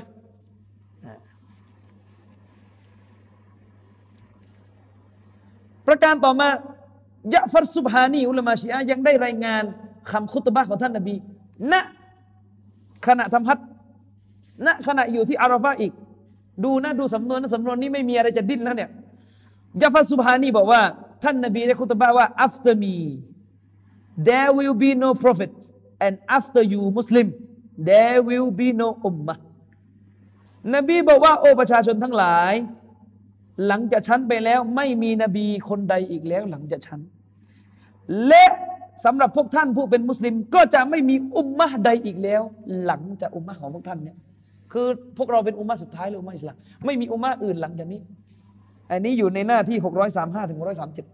ประการต่อมายะฟัรซุบฮานีอุลามะชีอะห์ยังได้รายงานคำคุตบะห์ของท่านนบีณขณะทำฮัจญ์ณขณะอยู่ที่อาราฟะห์อีกดูสำนวนนี้ไม่มีอะไรจะดิ้นแล้วเนี่ยยะฟัรซุบฮานีบอกว่าท่านนบีได้คุตบะห์ว่า after me there will be no prophet and after you Muslim there will be no ummah นบีบอกว่าโอ้ประชาชนทั้งหลายหลังจากฉันไปแล้วไม่มีนบีคนใดอีกแล้วหลังจากฉันและสำหรับพวกท่านผู้เป็นมุสลิมก็จะไม่มีอุมมะห์ใดอีกแล้วหลังจากอุมมะห์ของพวกท่านเนี่ยคือพวกเราเป็นอุมมะห์สุดท้ายหรืออุมมะห์อิสลามไม่มีอุมมะห์อื่นหลังจากนี้อันนี้อยู่ในหน้าที่635 ถึง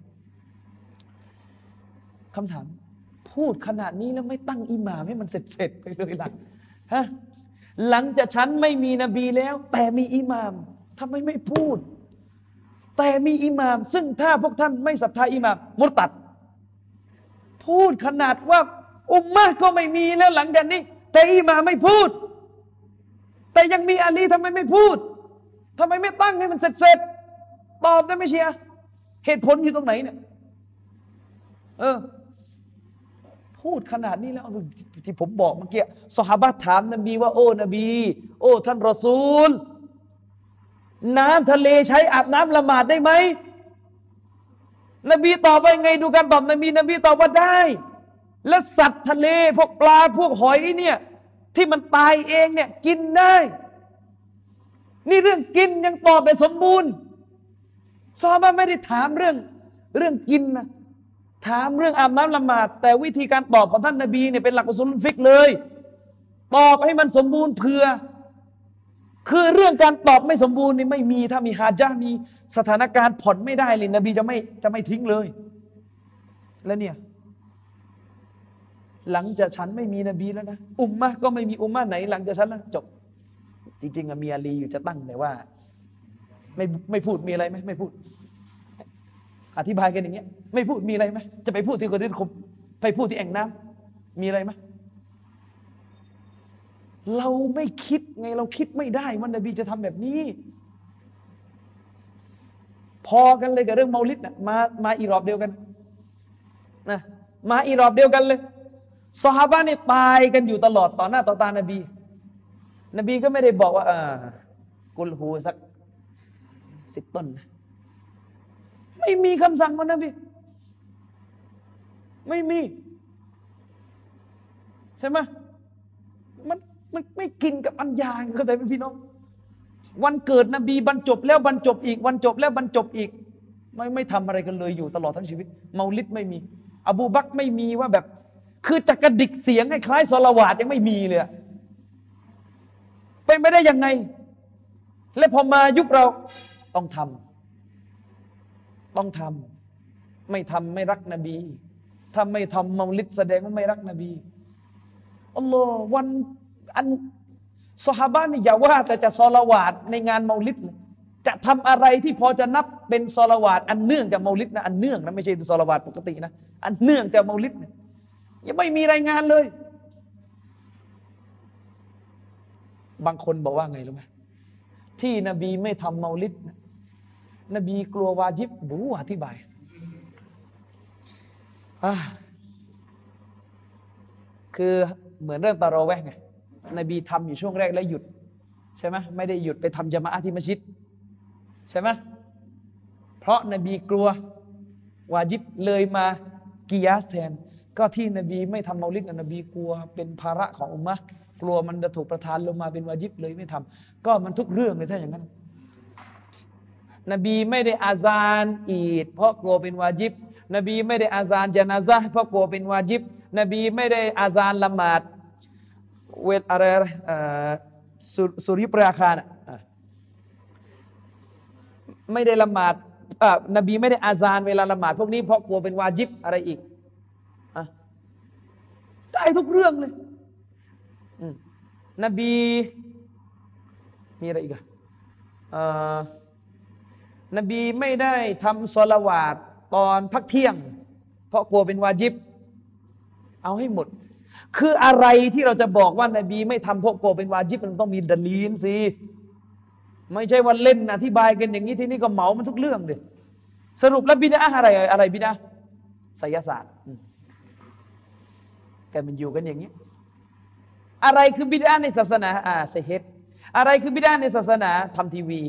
637คำถามพูดขนาดนี้แล้วไม่ตั้งอิหม่ามให้มันเสร็จไปเลยล่ะฮะหลังจากฉันไม่มีนบีแล้วแต่มีอิหม่ามทำไมไม่พูดแต่มีอิหม่ามซึ่งถ้าพวกท่านไม่ศรัทธาอิหม่ามมุรตัดพูดขนาดว่าอุมมะห์ก็ไม่มีแล้วหลังจากนี้แต่อิหม่ามไม่พูดแต่ยังมีอาลีทำไมไม่พูดทำไมไม่ตั้งให้มันเสร็จตอบได้ไหมเชียร์เหตุผลอยู่ตรงไหนเนี่ยพูดขนาดนี้แล้วที่ผมบอกเมื่อกี้ซอฮาบะห์ถามนบีว่าโอ้นบีโอ้ท่านรอซูลน้ำทะเลใช้อาบน้ำละหมาดได้ไหมนบีตอบว่าไงดูการตอบนบีตอบว่าได้และสัตว์ทะเลพวกปลาพวกหอยเนี่ยที่มันตายเองเนี่ยกินได้นี่เรื่องกินยังตอบไปสมบูรณ์ซอฮาบะห์ไม่ได้ถามเรื่องกินนะถามเรื่องอาบน้ำละหมาดแต่วิธีการตอบของท่านนบีเนี่ยเป็นหลักอุซูลุลฟิกเลยตอบให้มันสมบูรณ์เผื่อคือเรื่องการตอบไม่สมบูรณ์นี่ไม่มีถ้ามีฮาญะห์มีสถานการณ์ผ่อนไม่ได้เลยนบีจะไม่ทิ้งเลยแล้วเนี่ยหลังจากฉันไม่มีนบีแล้วนะอุมมะห์ก็ไม่มีอุมมะห์ไหนหลังจากฉันแล้วจบจริงๆมีอาลีอยู่จะตั้งแต่ว่าไม่พูดมีอะไรไหมไม่พูดอธิบายกันอย่างเงี้ยไม่พูดมีอะไรไหมจะไปพูดที่กอดิษคมไปพูดที่แอ่งน้ำมีอะไรไหมเราไม่คิดไงเราคิดไม่ได้ว่านบีจะทำแบบนี้พอกันเลยกับเรื่องเมาลิดนะมาอีรอบเดียวกันนะมาอีรอบเดียวกันเลยซอฮาบะห์นี่ตายกันอยู่ตลอดต่อหน้าต่อตานบีนบีก็ไม่ได้บอกว่ากุลฮูสัก10 ต้นนะไม่มีคำสั่งของนบีไม่มีใช่ไหมมันไม่กินกับอัญญาเข้าใจไหมพี่น้องวันเกิดนบีบรรจบแล้วบรรจบอีกวันจบแล้วบรรจบอีกไม่ทำอะไรกันเลยอยู่ตลอดทั้งชีวิตเมาลิดไม่มีอบูบักรไม่มีว่าแบบคือจะกระดิกเสียงให้คล้ายศอลาวาตยังไม่มีเลยเป็นไม่ได้ยังไงและพอมายุคเราต้องทำไม่ทำไม่รักนบีถ้าไม่ทำเมาลิดแสดงว่าไม่รักนบีอัลลอฮ์วันอันซอฮาบะห์นี่อย่าว่าแต่จะศอลาวาตในงานเมาลิดเลยจะทำอะไรที่พอจะนับเป็นศอลาวาตอันเนื่องจากเมาลิดนะอันเนื่องนะไม่ใช่ศอลาวาตปกตินะอันเนื่องจากเมาลิดเนี่ยยังไม่มีรายงานเลยบางคนบอกว่าไงรู้ไหมที่นบีไม่ทำเมาลิดนะนบีกลัววาญิบดูอธิบายคือเหมือนเรื่องตะเราะเวห์ไงนบีทำอยู่ช่วงแรกแล้วหยุดใช่ไหมไม่ได้หยุดไปทำญะมาอะห์ที่มัสยิดใช่ไหมเพราะนบีกลัววาญิบเลยมากิยาสแทนก็ที่นบีไม่ทำเมาลิดนบีกลัวเป็นภาระของอุมมะห์กลัวมันจะถูกประทานลงมาเป็นวาญิบเลยไม่ทำก็มันทุกเรื่องเลยถ้าอย่างนั้นนบีไม่ได้อาซานอีดเพราะกลัวเป็นวาญิบนบีไม่ได้อาซานญะนาซะห์เพราะกลัวเป็นวาญิบนบีไม่ได้อาซานละหมาดเวลอะไรสุริยประราคานะไม่ได้ละหมาดนบีไม่ได้อาซานเวลาละหมาดพวกนี้เพราะกลัวเป็นวาญิบอะไรอีกได้ทุกเรื่องเลยนบีมีอะไรอีกนบีไม่ได้ทำศอลาวาตตอนพักเที่ยงเพราะกลัวเป็นวาญิบเอาให้หมดคืออะไรที่เราจะบอกว่านบีไม่ทำเพราะกลัวเป็นวาญิบมันต้องมีดะลีลสิไม่ใช่ว่าเล่นอธิบายกันอย่างนี้ที่นี่ก็เหมามันทุกเรื่องดิสรุปแล้วบิดอะห์อะไรบิดอะห์ไสยศาสตร์แกมันอยู่กันอย่างนี้อะไรคือบิดอะห์ในศาสนาเซเฮดอะไรคือบิดอะห์ในศาสนาทำทีวี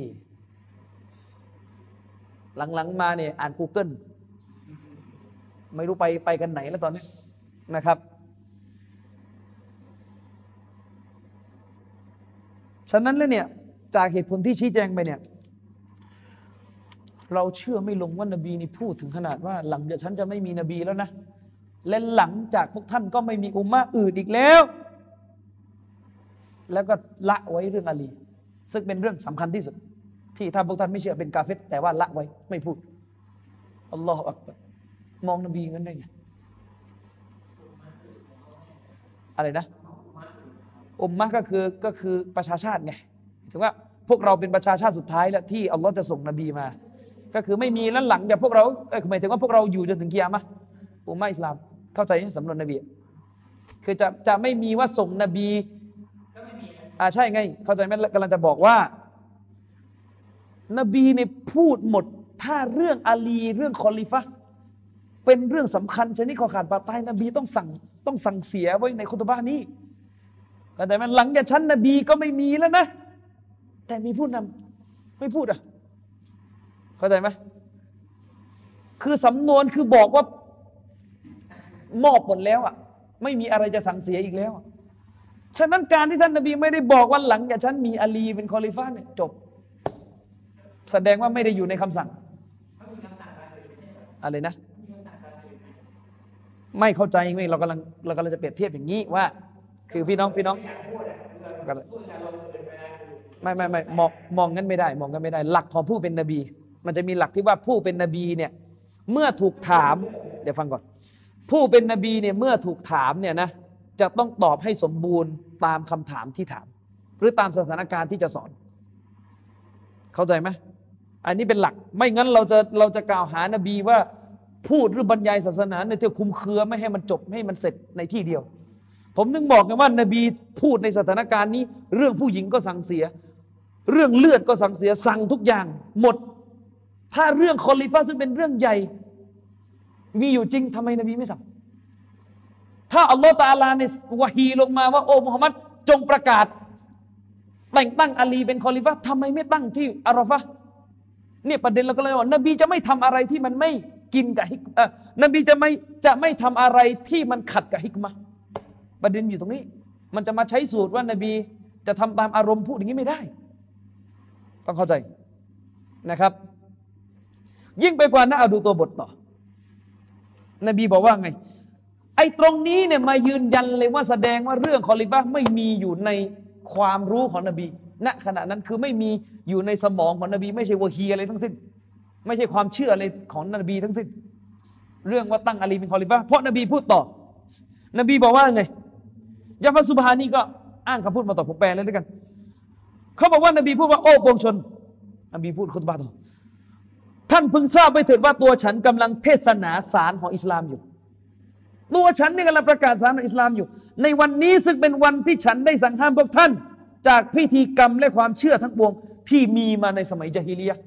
หลังๆมาเนี่ยอ่าน Google ไม่รู้ไปกันไหนแล้วตอนนี้นะครับฉะนั้นแล้วเนี่ยจากเหตุผลที่ชี้แจงไปเนี่ยเราเชื่อไม่ลงว่านบีนี่พูดถึงขนาดว่าหลังจากฉันจะไม่มีนบีแล้วนะและหลังจากพวกท่านก็ไม่มีอุมมะห์อื่นอีกแล้วก็ละไว้เรื่องอาลีซึ่งเป็นเรื่องสำคัญที่สุดที่ถ้าพวกท่านไม่เชื่อเป็นกาเฟรแต่ว่าละไว้ไม่พูดอัลลอฮฺอักบัรมองนบีงั้นได้ไงอะไรนะอุมมะห์ก็คือประชาชาติไงถึงว่าพวกเราเป็นประชาชาติสุดท้ายแล้วที่อัลลอฮฺจะส่งนบีมาก็คือไม่มีแล้วหลังจากพวกเราหมายถึงว่าพวกเราอยู่จนถึงกิยามะห์อุมมะห์อิสลามเข้าใจสำนวนนบีคือจะไม่มีว่าส่งนบีใช่ไงเข้าใจไหมกำลังจะบอกว่านบีเนี่ยพูดหมดถ้าเรื่องอาลีเรื่องคอลิฟะห์เป็นเรื่องสำคัญชนิดขอขาดบาดตายนบีต้องสั่งเสียไว้ในคุตบะห์นี้แต่มันหลังจากฉันนบีก็ไม่มีแล้วนะแต่มีผู้นำไม่พูดเข้าใจไหมคือสำนวนคือบอกว่ามอบหมดแล้วไม่มีอะไรจะสั่งเสียอีกแล้วฉะนั้นการที่ท่านนบีไม่ได้บอกว่าหลังจากฉันมีอาลีเป็นคอลิฟะห์เนี่ยจบแสดงว่าไม่ได้อยู่ในคำสั่งอะไรนะไม่เข้าใจไหมเรากำลังจะเปรียบเทียบอย่างนี้ว่าคือพี่น้องไม่มองงั้นไม่ได้หลักของผู้เป็นนบีมันจะมีหลักที่ว่าผู้เป็นนบีเนี่ยเมื่อถูกถามเดี๋ยวฟังก่อนผู้เป็นนบีเนี่ยเมื่อถูกถามเนี่ยนะจะต้องตอบให้สมบูรณ์ตามคำถามที่ถามหรือตามสถานการณ์ที่จะสอนเข้าใจไหมอันนี้เป็นหลักไม่งั้นเราจะกล่าวหานบีว่าพูดหรือบรรยายศาสนาในเที่ยวคุมเครือไม่ให้มันจบให้มันเสร็จในที่เดียวผมนึกบอกกันว่านบีพูดในสถานการณ์นี้เรื่องผู้หญิงก็สั่งเสียเรื่องเลือดก็สั่งเสียสั่งทุกอย่างหมดถ้าเรื่องคอลิฟะห์ซึ่งเป็นเรื่องใหญ่มีอยู่จริงทำไมนบีไม่สั่งถ้าอัลลอฮฺตะอาลาในวะฮีลงมาว่าโอ้มุฮัมมัดจงประกาศแต่งตั้งอาลีเป็นคอลิฟะห์ทำไมไม่ตั้งที่อาราฟะห์เนี่ยประเด็นเราก็เลยว่านบีจะไม่ทำอะไรที่มันไม่กินกับนบีจะไม่ทำอะไรที่มันขัดกับฮิกมะห์ประเด็นอยู่ตรงนี้มันจะมาใช้สูตรว่านบีจะทำตามอารมณ์พูดอย่างนี้ไม่ได้ต้องเข้าใจนะครับยิ่งไปกว่านั้นเอาดูตัวบทต่อนบีบอกว่าไงไอ้ตรงนี้เนี่ยมายืนยันเลยว่าแสดงว่าเรื่องคอลิฟะห์ไม่มีอยู่ในความรู้ของนบีณขณะนั้นคือไม่มีอยู่ในสมองของนบีไม่ใช่วะฮีอะไรทั้งสิ้นไม่ใช่ความเชื่ออะไรของนบีทั้งสิ้นเรื่องว่าตั้งอาลีเป็นคอลิฟะห์เพราะนบีพูดต่อนบีบอกว่าไงยะฟะซุบฮานีก็อ้างคำพูดมาต่อผมแปลเลยด้วยกันเขาบอกว่านบีพูดว่าโอ้ปวงชนนบีพูดคุตบะห์ต่อท่านพึงทราบไว้เถิดว่าตัวฉันกำลังเทศนาสารของอิสลามอยู่ตัวฉันนี่กำลังประกาศสารของอิสลามอยู่ในวันนี้ซึ่งเป็นวันที่ฉันได้สั่งห้ามพวกท่านจากพิธีกรรมและความเชื่อทั้งปวงที่มีมาในสมัยญะฮีลิยะห์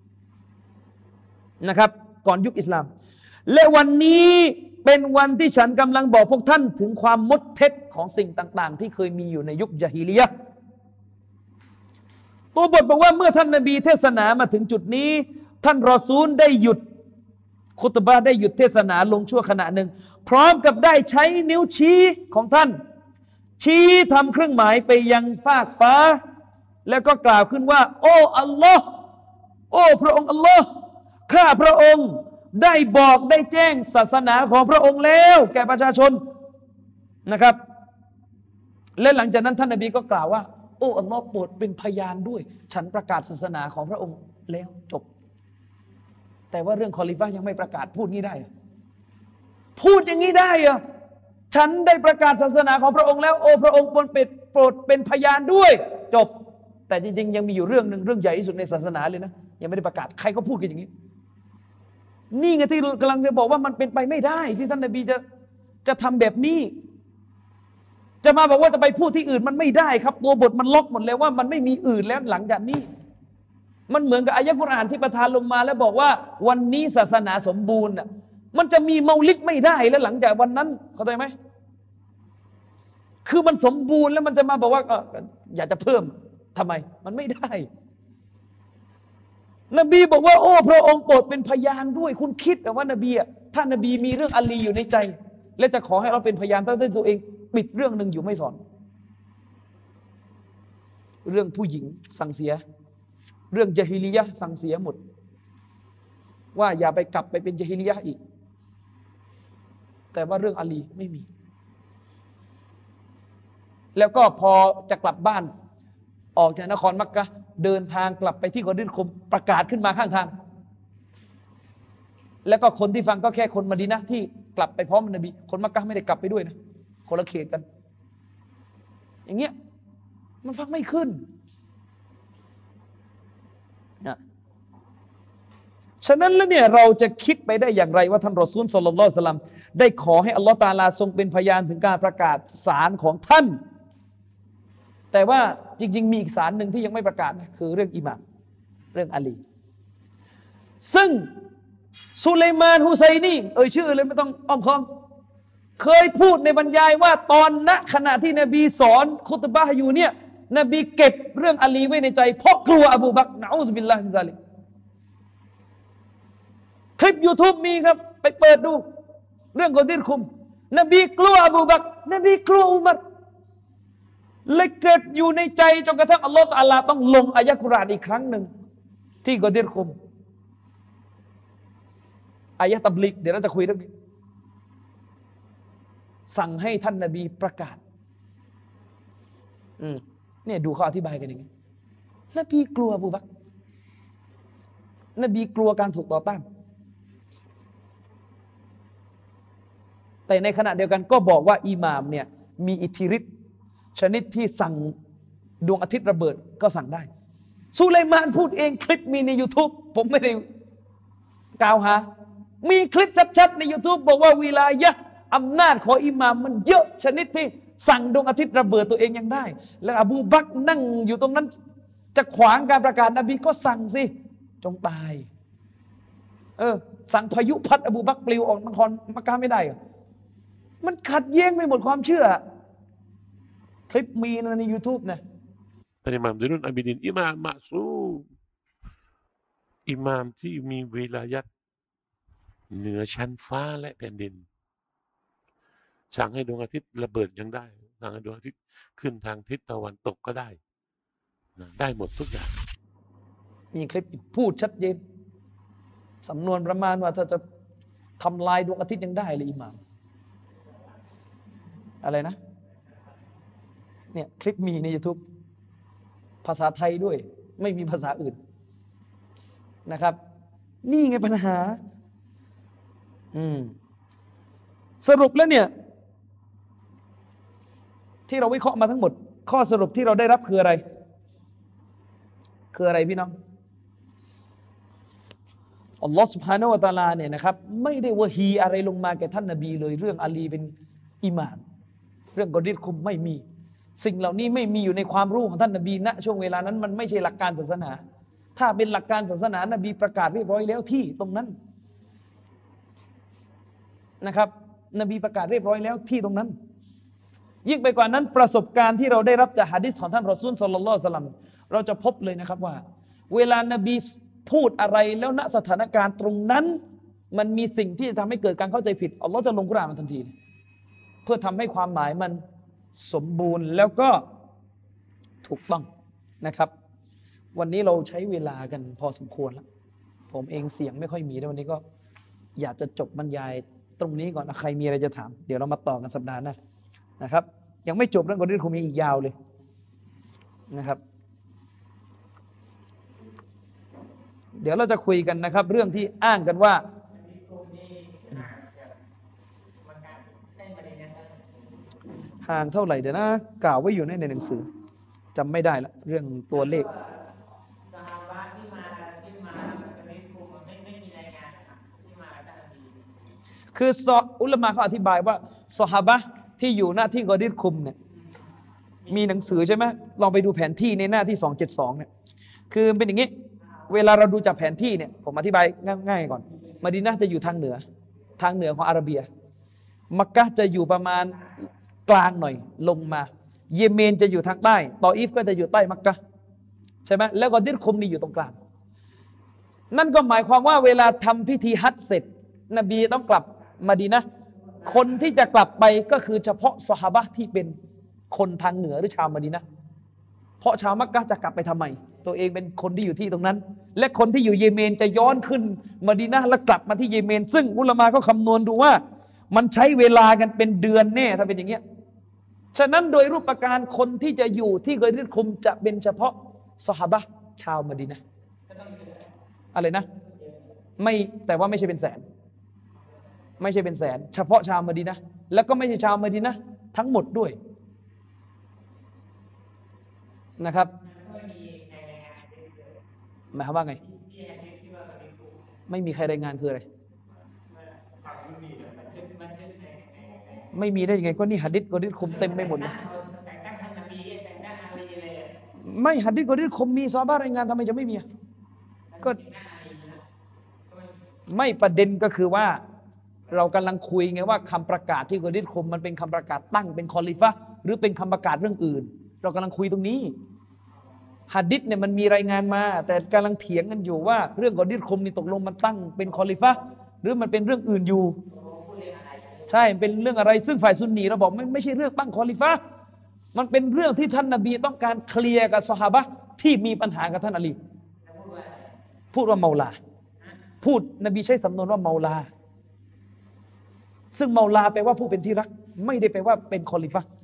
นะครับก่อนยุคอิสลามและวันนี้เป็นวันที่ฉันกำลังบอกพวกท่านถึงความมดเท็จของสิ่งต่างๆที่เคยมีอยู่ในยุคญะฮีลิยะห์ตัวบทบอกว่าเมื่อท่านนบีเทศนามาถึงจุดนี้ท่านรอซูลได้หยุดคุตบะห์ได้หยุดเทศนาลงชั่วขณะหนึ่งพร้อมกับได้ใช้นิ้วชี้ของท่านชี้ทำเครื่องหมายไปยังฟากฟ้าแล้วก็กล่าวขึ้นว่าโอ้อัลลอฮ์โอ้พระองค์อัลลอฮ์ข้าพระองค์ได้บอกได้แจ้งศาสนาของพระองค์แล้วแก่ประชาชนนะครับและหลังจากนั้นท่านนบีก็กล่าวว่าโอ้อัลลอฮ์โปรดเป็นพยานด้วยฉันประกาศศาสนาของพระองค์แล้วจบแต่ว่าเรื่องคอลิฟะห์ยังไม่ประกาศพูดงี้ได้พูดอย่างนี้ได้เหรอฉันได้ประกาศศาสนาของพระองค์แล้วโอ้พระองค์โปรดเป็นพยานด้วยจบแต่จริงๆยังมีอยู่เรื่องหนึ่งเรื่องใหญ่ที่สุดในศาสนาเลยนะยังไม่ได้ประกาศใครก็พูดกันอย่างนี้นี่ไงที่กำลังจะบอกว่ามันเป็นไปไม่ได้ที่ท่านนบีจะทำแบบนี้จะมาบอกว่าจะไปพูดที่อื่นมันไม่ได้ครับตัวบทมันล็อกหมดแล้วว่ามันไม่มีอื่นแล้วหลังจากนี้มันเหมือนกับอายะห์กุรอานที่ประทานลงมาแล้วบอกว่าวันนี้ศาสนาสมบูรณ์มันจะมีเมาลิดไม่ได้แล้วหลังจากวันนั้นเข้าใจไหมคือมันสมบูรณ์แล้วมันจะมาบอกว่าอยากจะเพิ่มทำไมมันไม่ได้นบีบอกว่าโอ้พระองค์โปรดเป็นพยานด้วยคุณคิดว่านบีถ้านบีมีเรื่องอาลีอยู่ในใจและจะขอให้เราเป็นพยานตั้งแต่ตัวเองปิดเรื่องหนึ่งอยู่ไม่สอนเรื่องผู้หญิงสั่งเสียเรื่องญะฮีลิยะห์สั่งเสียหมดว่าอย่าไปกลับไปเป็นญะฮีลิยะห์อีกแต่ว่าเรื่องอาลีไม่มีแล้วก็พอจะกลับบ้านออกจากนครมักกะฮ์เดินทางกลับไปที่กอดิรคุมประกาศขึ้นมาข้างทางแล้วก็คนที่ฟังก็แค่คนมะดีนะห์ที่กลับไปพร้อมนบีคนมักกะฮ์ไม่ได้กลับไปด้วยนะคนละเขตกันอย่างเงี้ยมันฟังไม่ขึ้นนะฉะนั้นแล้วเนี่ยเราจะคิดไปได้อย่างไรว่าท่านรอซูลศ็อลลัลลอฮุอะลัยฮิวะซัลลัมได้ขอให้อัลลอฮฺตะอาลาทรงเป็นพยานถึงการประกาศศาลของท่านแต่ว่าจริงๆมีอีกศาลหนึ่งที่ยังไม่ประกาศนะคือเรื่องอิหม่ามเรื่องอาลีซึ่งซุลัยมานฮุไซนีชื่อเลยไม่ต้องอ้อมค้อมเคยพูดในบรรยายว่าตอนณขณะที่นบีสอนคุตบะห์อยู่เนี่ยนบีเก็บเรื่องอาลีไว้ในใจเพราะกลัวอบูบักรนะอูซบิลลาฮิมินซาลิกคลิป YouTube มีครับไปเปิดดูเรื่องกอดิรคุมนบีกลัวอบูบักรนบีกลัวอุมัรเลยเกิดอยู่ในใจจนกระทั่งอัลลอฮฺตะอาลาต้องลงอายะห์กุรอานอีกครั้งหนึ่งที่กอดิรคุมอายะห์ตับลิกเดี๋ยวเราจะคุยเรื่องนี้สั่งให้ท่านนบีประกาศเนี่ยดูเขาอธิบายกันอย่างนี้นบีกลัวอบูบักรนบีกลัวการถูกต่อต้านแต่ในขณะเดียวกันก็บอกว่าอิหม่ามเนี่ยมีอิทธิฤทธิ์ชนิดที่สั่งดวงอาทิตย์ระเบิดก็สั่งได้ซุลัยมานพูดเองคลิปมีใน YouTube ผมไม่ได้กล่าวหามีคลิปชัดๆใน YouTube บอกว่าวิลายะห์อำนาจของอิหม่ามมันเยอะชนิดที่สั่งดวงอาทิตย์ระเบิดตัวเองยังได้แล้วอบูบักรนั่งอยู่ตรงนั้นจะขวางการประกาศนบีก็สั่งสิจงตายสั่งพายุพัดอบูบักรปลิวออกนครมักกะฮ์ไม่ได้เหรอมันขัดแย้งไปหมดความเชื่อคลิปมีใน YouTube นะท่านอิหม่ามซุนุนอาบิดินอิหม่ามมะซูมอิหม่ามที่มีวิลายัตเหนือชั้นฟ้าและแผ่นดินสั่งให้ดวงอาทิตย์ระเบิดยังได้สั่งให้ดวงอาทิตย์ขึ้นทางทิศตะวันตกก็ได้ได้หมดทุกอย่างมีคลิปพูดชัดเจนสำนวนประมาณว่าถ้าจะทำลายดวงอาทิตย์ยังได้เลยอิหม่ามอะไรนะเนี่ยคลิปมีใน YouTube ภาษาไทยด้วยไม่มีภาษาอื่นนะครับนี่ไงปัญหาสรุปแล้วเนี่ยที่เราวิเคราะห์มาทั้งหมดข้อสรุปที่เราได้รับคืออะไรพี่น้องอัลลอฮฺ سبحانه และ تعالى เนี่ยนะครับไม่ได้วะฮีอะไรลงมาแก่ท่านนบีเลยเรื่องอาลีเป็นอิหม่ามเรื่องกอดิรคุมไม่มีสิ่งเหล่านี้ไม่มีอยู่ในความรู้ของท่านนบีณช่วงเวลานั้นมันไม่ใช่หลักการศาสนาถ้าเป็นหลักการศาสนานบีประกาศเรียบร้อยแล้วที่ตรงนั้นนะครับนบีประกาศเรียบร้อยแล้วที่ตรงนั้นยิ่งไปกว่านั้นประสบการณ์ที่เราได้รับจากหะดีษของท่านรอซูลศ็อลลัลลอฮุอะลัยฮิวะซัลลัมเราจะพบเลยนะครับว่าเวลานบีพูดอะไรแล้วณสถานการณ์ตรงนั้นมันมีสิ่งที่จะทำให้เกิดการเข้าใจผิดอัลลอฮ์จะลงกุรอานมาทันทีเพื่อทำให้ความหมายมันสมบูรณ์แล้วก็ถูกต้องนะครับวันนี้เราใช้เวลากันพอสมควรแล้วผมเองเสียงไม่ค่อยมีในวันนี้ก็อยากจะจบบรรยายตรงนี้ก่อนใครมีอะไรจะถามเดี๋ยวเรามาต่อกันสัปดาห์หน้านะครับยังไม่จบเรื่องกอดิรคุมมีอีกยาวเลยนะครับเดี๋ยวเราจะคุยกันนะครับเรื่องที่อ้างกันว่าห่างเท่าไหร่เดี๋ยวนะกล่าวไว้อยู่ในหนังสือจำไม่ได้ละเรื่องตัวเลขคืออุลามะเขาอธิบายว่าซอฮาบะห์ที่อยู่หน้าที่กอดิรคุมเนี่ยมีหนังสือใช่ไหมลองไปดูแผนที่ในหน้าที่272เนี่ยคือเป็นอย่างนี้เวลาเราดูจากแผนที่เนี่ยผมอธิบายง่ายๆก่อนมะดีนะห์จะอยู่ทางเหนือของอาระเบียมักกะฮ์จะอยู่ประมาณกลางหน่อยลงมาเยเมนจะอยู่ทางใต้ตออีฟก็จะอยู่ใต้มักกะฮ์ใช่ไหมแล้วกอดิรคุมนี่อยู่ตรงกลางนั่นก็หมายความว่าเวลาทำพิธีฮัจญ์เสร็จนบีต้องกลับมะดีนะห์คนที่จะกลับไปก็คือเฉพาะซอฮาบะห์ที่เป็นคนทางเหนือหรือชาวมะดีนะห์เพราะชาวมักกะฮ์จะกลับไปทำไมตัวเองเป็นคนที่อยู่ที่ตรงนั้นและคนที่อยู่เยเมนจะย้อนขึ้นมะดีนะห์แล้วกลับมาที่เยเมนซึ่งอุลามะก็คำนวณดูว่ามันใช้เวลากันเป็นเดือนแน่ถ้าเป็นอย่างเงี้ยฉะนั้นโดยรูปการคนที่จะอยู่ที่กอดิรคุมจะเป็นเฉพาะซอฮาบะห์ชาวมะดีนะห์อะไรนะไม่แต่ว่าไม่ใช่เป็นแสนเฉพาะชาวมะดีนะห์แล้วก็ไม่ใช่ชาวมะดีนะห์ทั้งหมดด้วยนะครับหมายความว่าไงไม่มีใครรายงานคืออะไรไม่มีได้ยังไงก็นี่หะดีษกอดิรคุมเต็มไปหมดเลยไม่หะดีษกอดิรคุมมีซอฮาบะห์รายงานทำไมจะไม่มีก็ไม่ประเด็นก็คือว่าเรากำลังคุยไงว่าคำประกาศที่กอดิรคุมมันเป็นคำประกาศตั้งเป็นคอลิฟะห์หรือเป็นคำประกาศเรื่องอื่นเรากำลังคุยตรงนี้หะดีษเนี่ยมันมีรายงานมาแต่กำลังเถียงกันอยู่ว่าเรื่องกอดิรคุมนี่ตกลงมันตั้งเป็นคอลิฟะห์หรือมันเป็นเรื่องอื่นอยู่ใช่เป็นเรื่องอะไรซึ่งฝ่ายซุนนีเราบอกไม่ใช่เรื่องตั้งคอลิฟะห์มันเป็นเรื่องที่ท่านนบีต้องการเคลียร์กับซอฮาบะห์ที่มีปัญหากับท่านอาลีพูดว่าเมาลาพูดนบีใช้สำนวนว่าเมาลาซึ่งเมาลาแปลว่าผู้เป็นที่รักไม่ได้แปลว่าเป็นคอลิฟะห์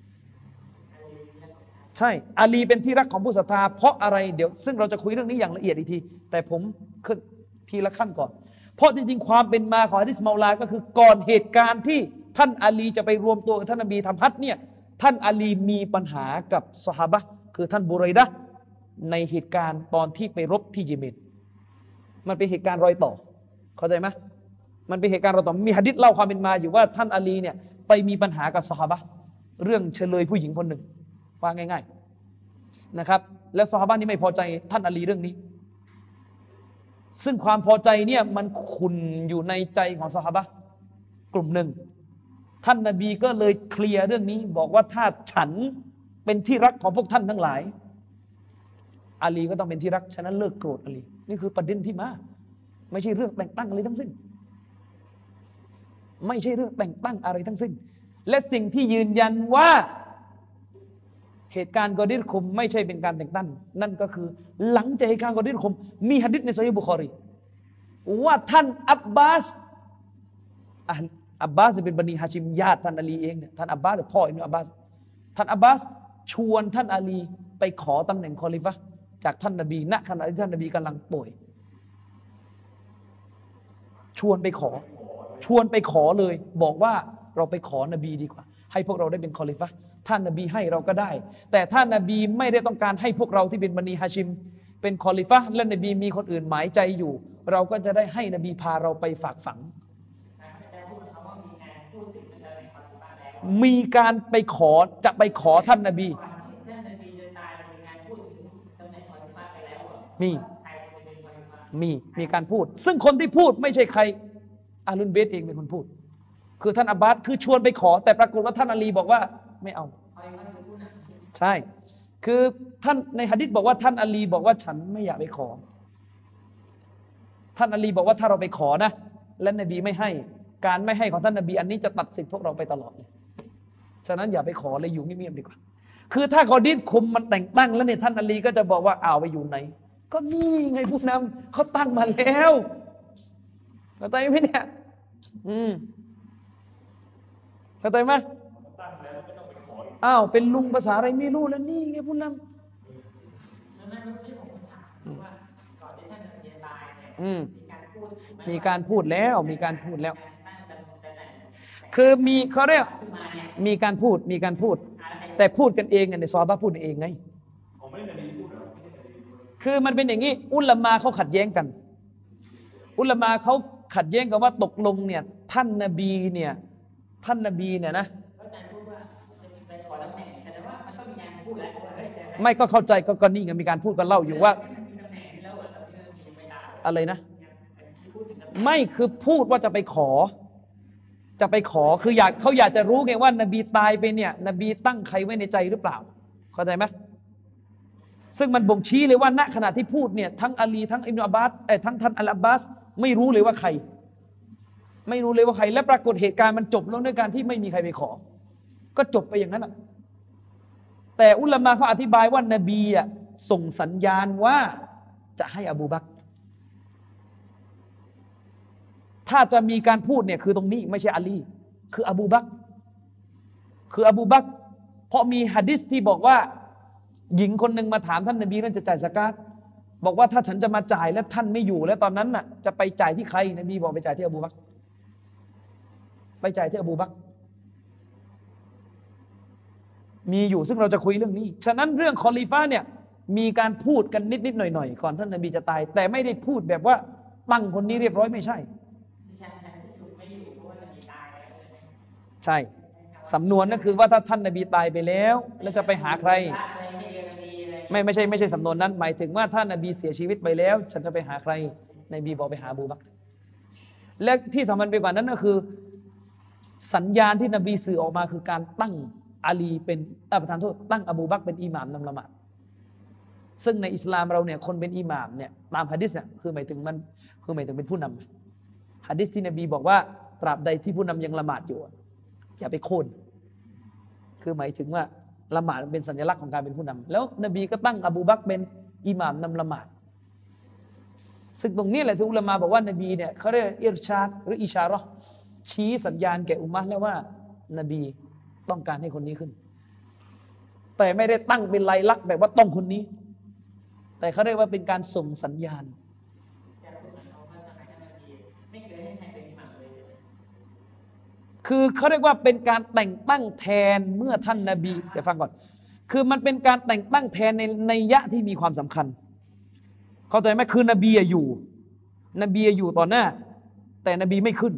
ใช่อาลีเป็นที่รักของผู้ศรัทธาเพราะอะไรเดี๋ยวซึ่งเราจะคุยเรื่องนี้อย่างละเอียดอีกทีแต่ผมขึ้นทีละขั้นก่อนเพราะจริงๆความเป็นมาของหะดีษเมาลาก็คือก่อนเหตุการณ์ที่ท่านอาลีจะไปรวมตัวกับท่านนบีทำฮัจญ์เนี่ยท่านอาลีมีปัญหากับซอฮาบะห์คือท่านบุไรดะห์ในเหตุการณ์ตอนที่ไปรบที่เยเมนมันเป็นเหตุการณ์รอยต่อเข้าใจไหมมันเป็นเหตุการณ์รอยต่อมีหะดีษเล่าความเป็นมาอยู่ว่าท่านอาลีเนี่ยไปมีปัญหากับซอฮาบะห์เรื่องเฉลยผู้หญิงคนหนึ่งว่าง่ายๆนะครับแล้วซอฮาบะห์นี่ไม่พอใจท่านอาลีเรื่องนี้ซึ่งความพอใจเนี่ยมันขุ่นอยู่ในใจของซอฮาบะห์กลุ่มหนึ่งท่านนบีก็เลยเคลียร์เรื่องนี้บอกว่าถ้าฉันเป็นที่รักของพวกท่านทั้งหลายอาลีก็ต้องเป็นที่รักฉะนั้นเลิกโกรธอาลีนี่คือประเด็นที่มาไม่ใช่เรื่องแต่งตั้งอะไรทั้งสิ้นไม่ใช่เรื่องแต่งตั้งอะไรทั้งสิ้นและสิ่งที่ยืนยันว่าเหตุการณ์กอดิรคุมไม่ใช่เป็นการแต่งตั้งนั่นก็คือหลังจากเหตุการณ์กอดิรคุมมีหะดีษในซอฮีฮ์บุคอรีว่าท่านอับบาสอับบาสเป็นบันีฮาชิมญาติท่านอาลีเองเนี่ยท่านอับบาสพ่ออิบนุอับบาสท่านอับบาสชวนท่านอาลีไปขอตำแหน่งคอลิฟะห์จากท่านนบีณขณะที่ท่านนบีกำลังป่วยชวนไปขอเลยบอกว่าเราไปขอนบีดีกว่าให้พวกเราได้เป็นคอลิฟะห์ท่านนบีให้เราก็ได้แต่ท่านนบีไม่ได้ต้องการให้พวกเราที่เป็นบันีฮาชิมเป็นคอลิฟะห์และนบีมีคนอื่นหมายใจอยู่เราก็จะได้ให้นบีพาเราไปฝากฝังมีการไปขอจะไปขอท่านนบีมีการพูดซึ่งคนที่พูดไม่ใช่ใครอาลุนเบสเองเป็นคนพูดคือท่านอับบาสคือชวนไปขอแต่ปรากฏว่าท่านอาลีบอกว่าไม่เอาใช่คือท่านในหะดีษบอกว่าท่านอาลีบอกว่าฉันไม่อยากไปขอท่านอาลีบอกว่าถ้าเราไปขอนะและนบีไม่ให้การไม่ให้ของท่านนบีอันนี้จะตัดสิทธิ์พวกเราไปตลอดเลยฉะนั้นอย่าไปขอเลยอยู่เงียบๆดีกว่าคือถ้ากอดิษคุมมันแต่งตั้งแล้วเนี่ยท่านอาลีก็จะบอกว่าเอาไปอยู่ไหนก็นี่ไงผู้นำเขาตั้งมาแล้วเข้าใจไหมเนี่ยเข้าใจไหมอ้าวเป็นลุงภาษาอะไรไม่รู้แล้วนี่ไงผู้นำมีการพูดแล้วคือมีเขาเรียกมีการพูดแต่พูดกันเองในซอฮาบะห์พูดเองไงคือมันเป็นอย่างนี้อุลามะเขาขัดแย้งกันอุลามะเขาขัดแย้งกันว่าตกลงเนี่ยท่านนบีเนี่ยนะไม่ก็เข้าใจก็นี่ไงมีการพูดกันเล่าอยู่ว่าอะไรนะไม่คือพูดว่าจะไปขอคือเขาอยากจะรู้ไงว่านบีตายไปเนี่ยนบีตั้งใครไว้ในใจหรือเปล่าเข้าใจไหมซึ่งมันบ่งชี้เลยว่าณขณะที่พูดเนี่ยทั้งอาลีทั้งอิบนุอับบาสทั้งท่านอัลอับบาสไม่รู้เลยว่าใครและปรากฏเหตุการณ์มันจบลงด้วยการที่ไม่มีใครไปขอก็จบไปอย่างนั้นแต่อุลามะเขาอธิบายว่านบีส่งสัญญาณว่าจะให้อบูบักรถ้าจะมีการพูดเนี่ยคือตรงนี้ไม่ใช่อาลีคืออบูบักรเพราะมีหะดีษที่บอกว่าหญิงคนหนึ่งมาถามท่านนบีว่าจะจ่ายซะกาตบอกว่าถ้าฉันจะมาจ่ายแล้วท่านไม่อยู่แล้วตอนนั้นน่ะจะไปจ่ายที่ใครนบีบอกไปจ่ายที่อบูบักรมีอยู่ซึ่งเราจะคุยเรื่องนี้ฉะนั้นเรื่องคอลิฟะห์เนี่ยมีการพูดกันนิดหน่อยก่อนท่านนบีจะตายแต่ไม่ได้พูดแบบว่าตั้งคนนี้เรียบร้อยไม่ใช่ใช่สำนวนก็คือว่าถ้าท่านนบีตายไปแล้วจะไปหาใครไม่ใช่สำนวนนั้นหมายถึงว่าถ้านบีเสียชีวิตไปแล้วฉันจะไปหาใครนบีบอกไปหาอบูบักรและที่สำคัญไปกว่านั้นก็คือสัญญาณที่นบีสื่อออกมาคือการตั้งอาลีเป็นประธานโทษตั้งอบูบักรเป็นอิหม่ามนำละหมาดซึ่งในอิสลามเราเนี่ยคนเป็นอิหม่ามเนี่ยตามหะดีษเนี่ยคือหมายถึงเป็นผู้นำหะดีษที่นบีบอกว่าตราบใดที่ผู้นำยังละหมาดอยู่อย่าไปโค่นคือหมายถึงว่าละหมาดเป็นสัญลักษณ์ของการเป็นผู้นำแล้วนบีก็ตั้งอบูบักรเป็นอิหม่ามนำละหมาดซึ่งตรงนี้แหละที่อุลามะบอกว่านบีเนี่ยเขาเรียกอิรชาดหรืออิชาเราะห์ชี้สัญญาณแก่อุมมะห์แล้วว่านบีต้องการให้คนนี้ขึ้นแต่ไม่ได้ตั้งเป็นลายลักษณ์แบบว่าต้องคนนี้แต่เขาเรียกว่าเป็นการส่งสัญญาณคือเขาเรียกว่าเป็นการแต่งตั้งแทนเมื่อท่านนบีเดี๋ยวฟังก่อนคือมันเป็นการแต่งตั้งแทนในนัยยะที่มีความสำคัญเข้าใจไหมคือนบีอยู่ต่อหน้าแต่นบีไม่ขึ้น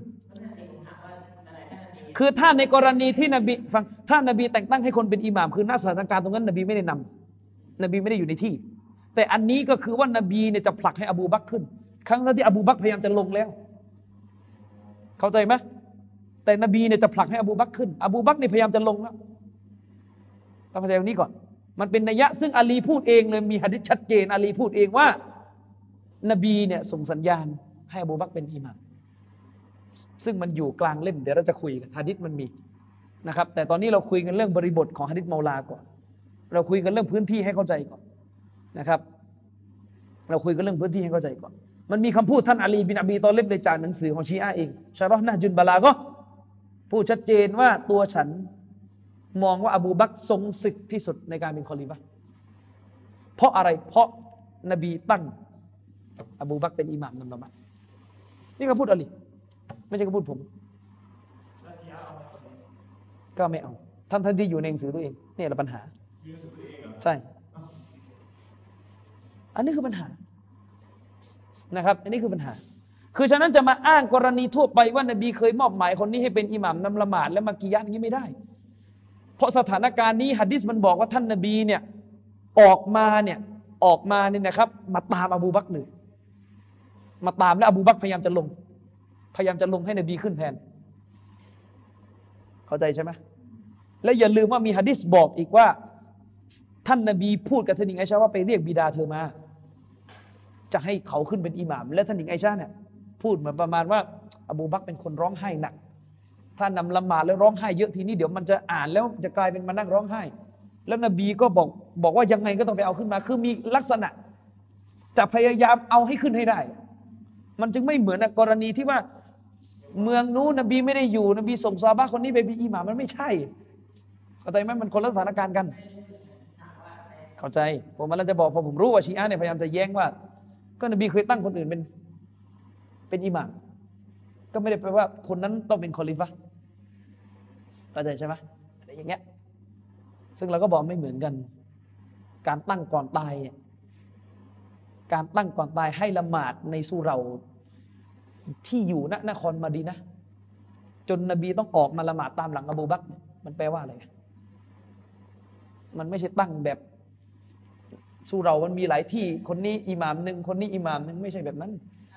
คือถ้าในกรณีที่นบีฟังถ้านบีแต่งตั้งให้คนเป็นอิหม่ามคือณสถานการณ์ตรงนั้นนบีไม่ได้นำนบีไม่ได้อยู่ในที่แต่อันนี้ก็คือว่านบีเนี่ยจะผลักให้อบูบักรขึ้นครั้งที่อบูบักรพยายามจะลงแล้วเข้าใจไหมแต่นบีเนี่ยจะผลักให้อบูบักรขึ้นอบูบักรเนี่ยพยายามจะลงแล้วต้องเข้าใจตรงนี้ก่อนมันเป็นนัยยะซึ่งอาลีพูดเองเลยมีหะดีษชัดเจนอาลีพูดเองว่านบีเนี่ยส่งสัญญาณให้อบูบักรเป็นอิหม่ามซึ่งมันอยู่กลางเล่มเดี๋ยวเราจะคุยกันหะดีษมันมีนะครับแต่ตอนนี้เราคุยกันเรื่องบริบทของหะดีษเมาลาก่อนเราคุยกันเรื่องพื้นที่ให้เข้าใจก่อนนะครับเราคุยกันเรื่องพื้นที่ให้เข้าใจก่อนมันมีคำพูดท่านอาลีบินอบีตอลิบเลยจากหนังสือของชีอะห์เองชะเราะห์นะจุนบะลาก็พูดชัดเจนว่าตัวฉันมองว่าอบูบักรทรงสิทธิ์ที่สุดในการเป็นคอลิฟะห์เพราะอะไรเพราะนบีตั้งอบูบักรเป็นอิหม่ามนำละหมาดนี่ก็พูดอาลีไม่ใช่ก็พูดผมก็ไม่เอาท่านที่อยู่ในหนังสือตัวเองนี่แหละปัญหาใช่อันนี้คือปัญหานะครับอันนี้คือปัญหาคือฉะนั้นจะมาอ้างกรณีทั่วไปว่านบีเคยมอบหมายคนนี้ให้เป็นอิหม่ามนำละหมาดและมากียะห์อย่างนี้ไม่ได้เพราะสถานการณ์นี้หะดีษมันบอกว่าท่านนบีเนี่ยออกมาเนี่ยนะครับมาตามอบูบักรเลยมาตามและอบูบักรพยายามจะลงให้นบีขึ้นแทนเข้าใจใช่ไหมและอย่าลืมว่ามีหะดีษบอกอีกว่าท่านนบีพูดกับท่านหญิงไอชาว่าไปเรียกบิดาเธอมาจะให้เขาขึ้นเป็นอิหม่ามและท่านหญิงไอชาเนี่ยพูดเหมือนประมาณว่าอบูบักรเป็นคนร้องไห้หนักถ้านำละหมาดแล้วร้องไห้เยอะทีนี้เดี๋ยวมันจะอ่านแล้วจะกลายเป็นมานั่งร้องไห้แล้วนบีก็บอกว่ายังไงก็ต้องไปเอาขึ้นมาคือมีลักษณะจะพยายามเอาให้ขึ้นให้ได้มันจึงไม่เหมือนกรณีที่ว่าเมืองนู้นนบีไม่ได้อยู่นบีส่งซอฮาบะห์คนนี้ไปเป็นอิหม่ามมันไม่ใช่เข้าใจไหมมันคนละสถานการณ์กันเข้าใจผมมันจะบอกพอผมรู้ว่าชีอะห์เนี่ยพยายามจะแย้งว่าก็นบีเคยตั้งคนอื่นเป็นอิหม่ามก็ไม่ได้แปลว่าคนนั้นต้องเป็นคอลิฟะห์เข้าใจใช่ไหมอะไรอย่างเงี้ยซึ่งเราก็บอกไม่เหมือนกันการตั้งก่อนตายการตั้งก่อนตายให้ละหมาดในสุเราที่อยู่ณนครมะดีนะห์จนนบีต้องออกมาละหมาดตามหลังอบูบักรมันแปลว่าอะไรมันไม่ใช่ตั้งแบบสุเรามันมีหลายที่คนนี้อิหม่ามหนึ่งคนนี้อิหม่ามหนึ่งไม่ใช่แบบนั้น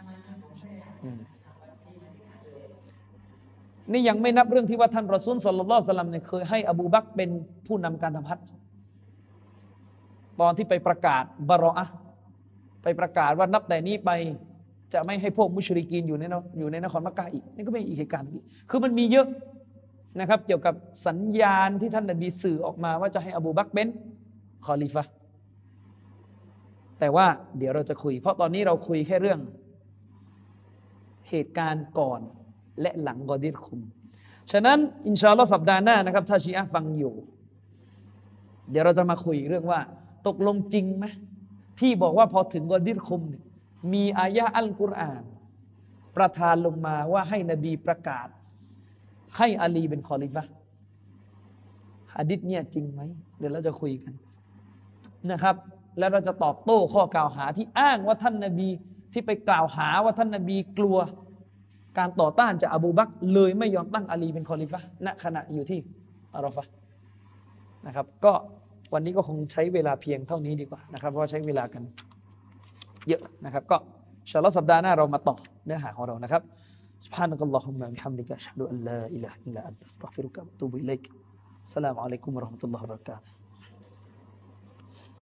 นี่ยังไม่นับเรื่องที่ว่าท่านรอซูลศ็อลลัลลอฮุอะลัยฮิวะซัลลัมเนี่ยเคยให้อบูบักรเป็นผู้นำการทำฮัจญ์ตอนที่ไปประกาศบะรออะห์ไปประกาศว่านับแต่นี้ไปจะไม่ให้พวกมุชริกีนอยู่ในนครมักกะฮ์อีกนี่ก็เป็นอีกเหตุการณ์นึงคือมันมีเยอะนะครับเกี่ยวกับสัญญาณที่ท่านนบีสื่อออกมาว่าจะให้อบูบักรเป็นคอลิฟะห์แต่ว่าเดี๋ยวเราจะคุยเพราะตอนนี้เราคุยแค่เรื่องเหตุการณ์ก่อนและหลังกอดิรคุมฉะนั้นอินชาอัลลอฮ์สัปดาห์หน้านะครับถ้าชีอะห์ฟังอยู่เดี๋ยวเราจะมาคุยเรื่องว่าตกลงจริงไหมที่บอกว่าพอถึงกอดิรคุมมีอายะห์อัลกุรอานประทานลงมาว่าให้นบีประกาศให้อาลีเป็นคอลิฟะห์หะดีษเนี่ยจริงไหมเดี๋ยวเราจะคุยกันนะครับแล้วเราจะตอบโต้ข้อกล่าวหาที่อ้างว่าท่านนบีที่ไปกล่าวหาว่าท่านนบีกลัวการต่อต้านจากอบูบักรเลยไม่ยอมตั้งอาลีเป็นคอลิฟะห์ณขณะอยู่ที่อาราฟะห์นะครับก็วันนี้ก็คงใช้เวลาเพียงเท่านี้ดีกว่านะครับเพราะใช้เวลากันเยอะนะครับก็อินชาอัลเลาะห์สัปดาห์หน้าเรามาต่อเนื้อหาของเรานะครับ سبحانك اللهم وبحمدك أشهد أن لا إله إلا أنت أستغفرك وأتوب إليك السلام عليكم ورحمة الله وبركاته